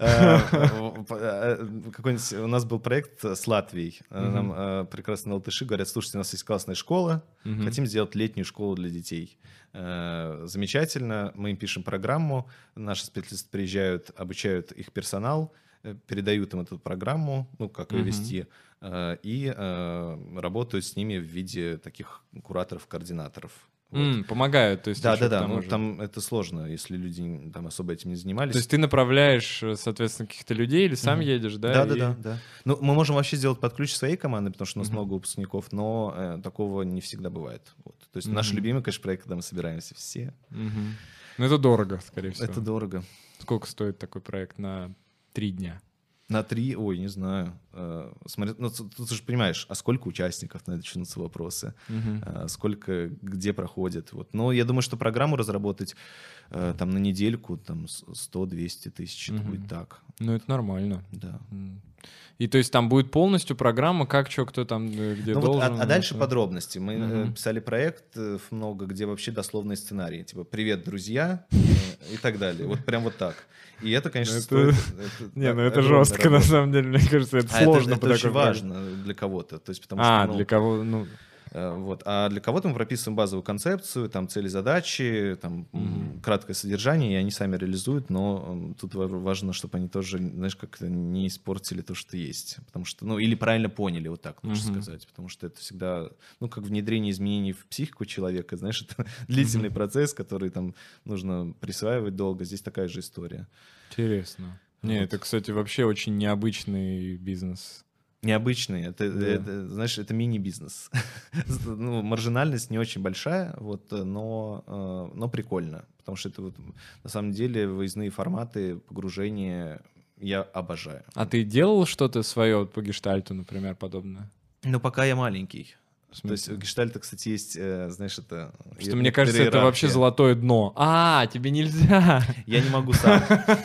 У нас был проект с Латвией. Нам прекрасные латыши говорят, слушайте, у нас есть классная школа, хотим сделать летнюю школу для детей. Замечательно, мы им пишем программу, наши специалисты приезжают, обучают их персонал, передают им эту программу, ну, как ее вести, и работают с ними в виде таких кураторов-координаторов. Вот. Помогают, то есть. Да. Ну, там это сложно, если люди там особо этим не занимались. То есть ты направляешь, соответственно, каких-то людей или сам едешь, да? Да. Ну, мы можем вообще сделать под ключ своей команды, потому что у нас много выпускников, но такого не всегда бывает. Вот. То есть наш любимый, конечно, проект, когда мы собираемся все. Ну, это дорого, скорее всего. Это дорого. Сколько стоит такой проект на 3 дня? На 3, ой, не знаю. Смотри, ну, ты же понимаешь, а сколько участников, начнутся вопросы, сколько, где проходит. Вот. Но я думаю, что программу разработать там на недельку, там 100-200 тысяч, это будет так. Ну, это нормально. Да. И то есть там будет полностью программа, как что, кто там, где должен. Вот, а дальше подробности. Мы писали проект много, где вообще дословные сценарии. Типа «Привет, друзья» и так далее. Вот прям вот так. И это, конечно, стоит... Не, ну это жестко, на самом деле. Мне кажется, это сложно. Это очень важно для кого-то. То есть, потому что, для кого, ну... Вот. А для кого-то мы прописываем базовую концепцию, там цели, задачи, там краткое содержание, и они сами реализуют, но тут важно, чтобы они тоже, знаешь, как-то не испортили то, что есть. Потому что, ну, или правильно поняли, вот так лучше сказать. Потому что это всегда, ну, как внедрение изменений в психику человека, знаешь, это длительный процесс, который там нужно присваивать долго. Здесь такая же история. Интересно. Не, это, кстати, вообще очень необычный бизнес. Необычный, это, знаешь, это мини-бизнес. Ну, маржинальность не очень большая, вот, но прикольно, потому что это вот, на самом деле выездные форматы, погружения я обожаю. А ты делал что-то свое по гештальту, например, подобное? Ну, пока я маленький. То есть у гештальта, кстати, есть, знаешь, это... Что мне кажется, это вообще иерархия. золотое дно. Тебе нельзя. Я не могу сам.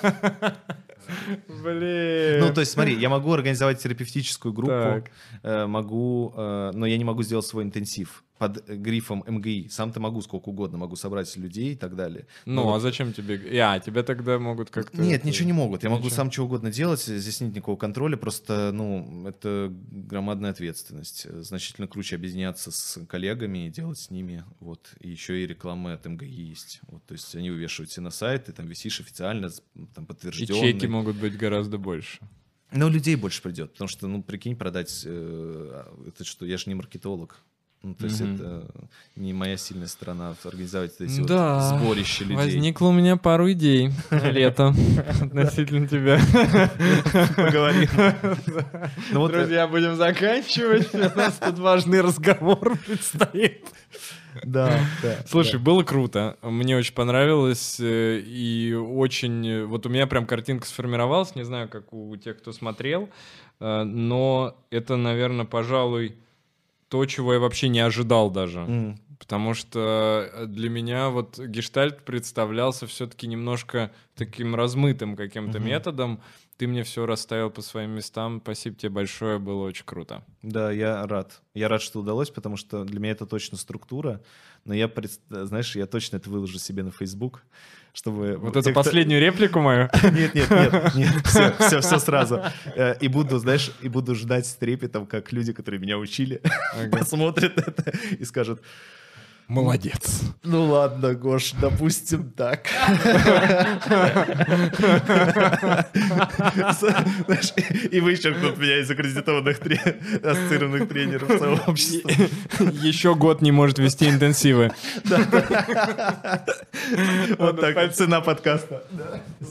Блин. Ну, то есть, смотри, я могу организовать терапевтическую группу, Так. но я не могу сделать свой интенсив под грифом МГИ. Сам-то могу сколько угодно, могу собрать людей и так далее. Ну, а зачем тебе... Тебя тогда могут как-то... Нет, ничего не могут. Я могу Ничего. сам что угодно делать, здесь нет никакого контроля, просто, это громадная ответственность. Значительно круче объединяться с коллегами и делать с ними, вот. И еще и рекламы от МГИ есть. Вот, то есть они вывешивают все на сайт, ты там висишь официально, там И подтвержденный. чеки могут быть гораздо больше. Но людей больше придет, потому что, прикинь, продать, это что, я же не маркетолог. То есть это не моя сильная сторона организовать эти сборища людей. Возникло у меня пару идей на лето относительно тебя. Поговорим. Друзья, будем заканчивать. У нас тут важный разговор предстоит. Да. Слушай, было круто. Мне очень понравилось. И очень... Вот у меня прям картинка сформировалась. Не знаю, как у тех, кто смотрел. Но это, наверное, пожалуй, то, чего я вообще не ожидал даже. Потому что для меня вот гештальт представлялся все-таки немножко таким размытым каким-то методом. Ты мне все расставил по своим местам. Спасибо тебе большое, было очень круто. Да, я рад. Я рад, что удалось, потому что для меня это точно структура. Но я точно это выложу себе на Facebook, чтобы... Вот эту последнюю реплику мою? Нет, все сразу. И буду ждать с трепетом, как люди, которые меня учили, посмотрят это и скажут: молодец. Ну ладно, Гош, допустим так. Знаешь, и вычеркнут меня из аккредитованных ассоциированных тренеров сообщества. Еще год не может вести интенсивы. Вот так, цена подкаста.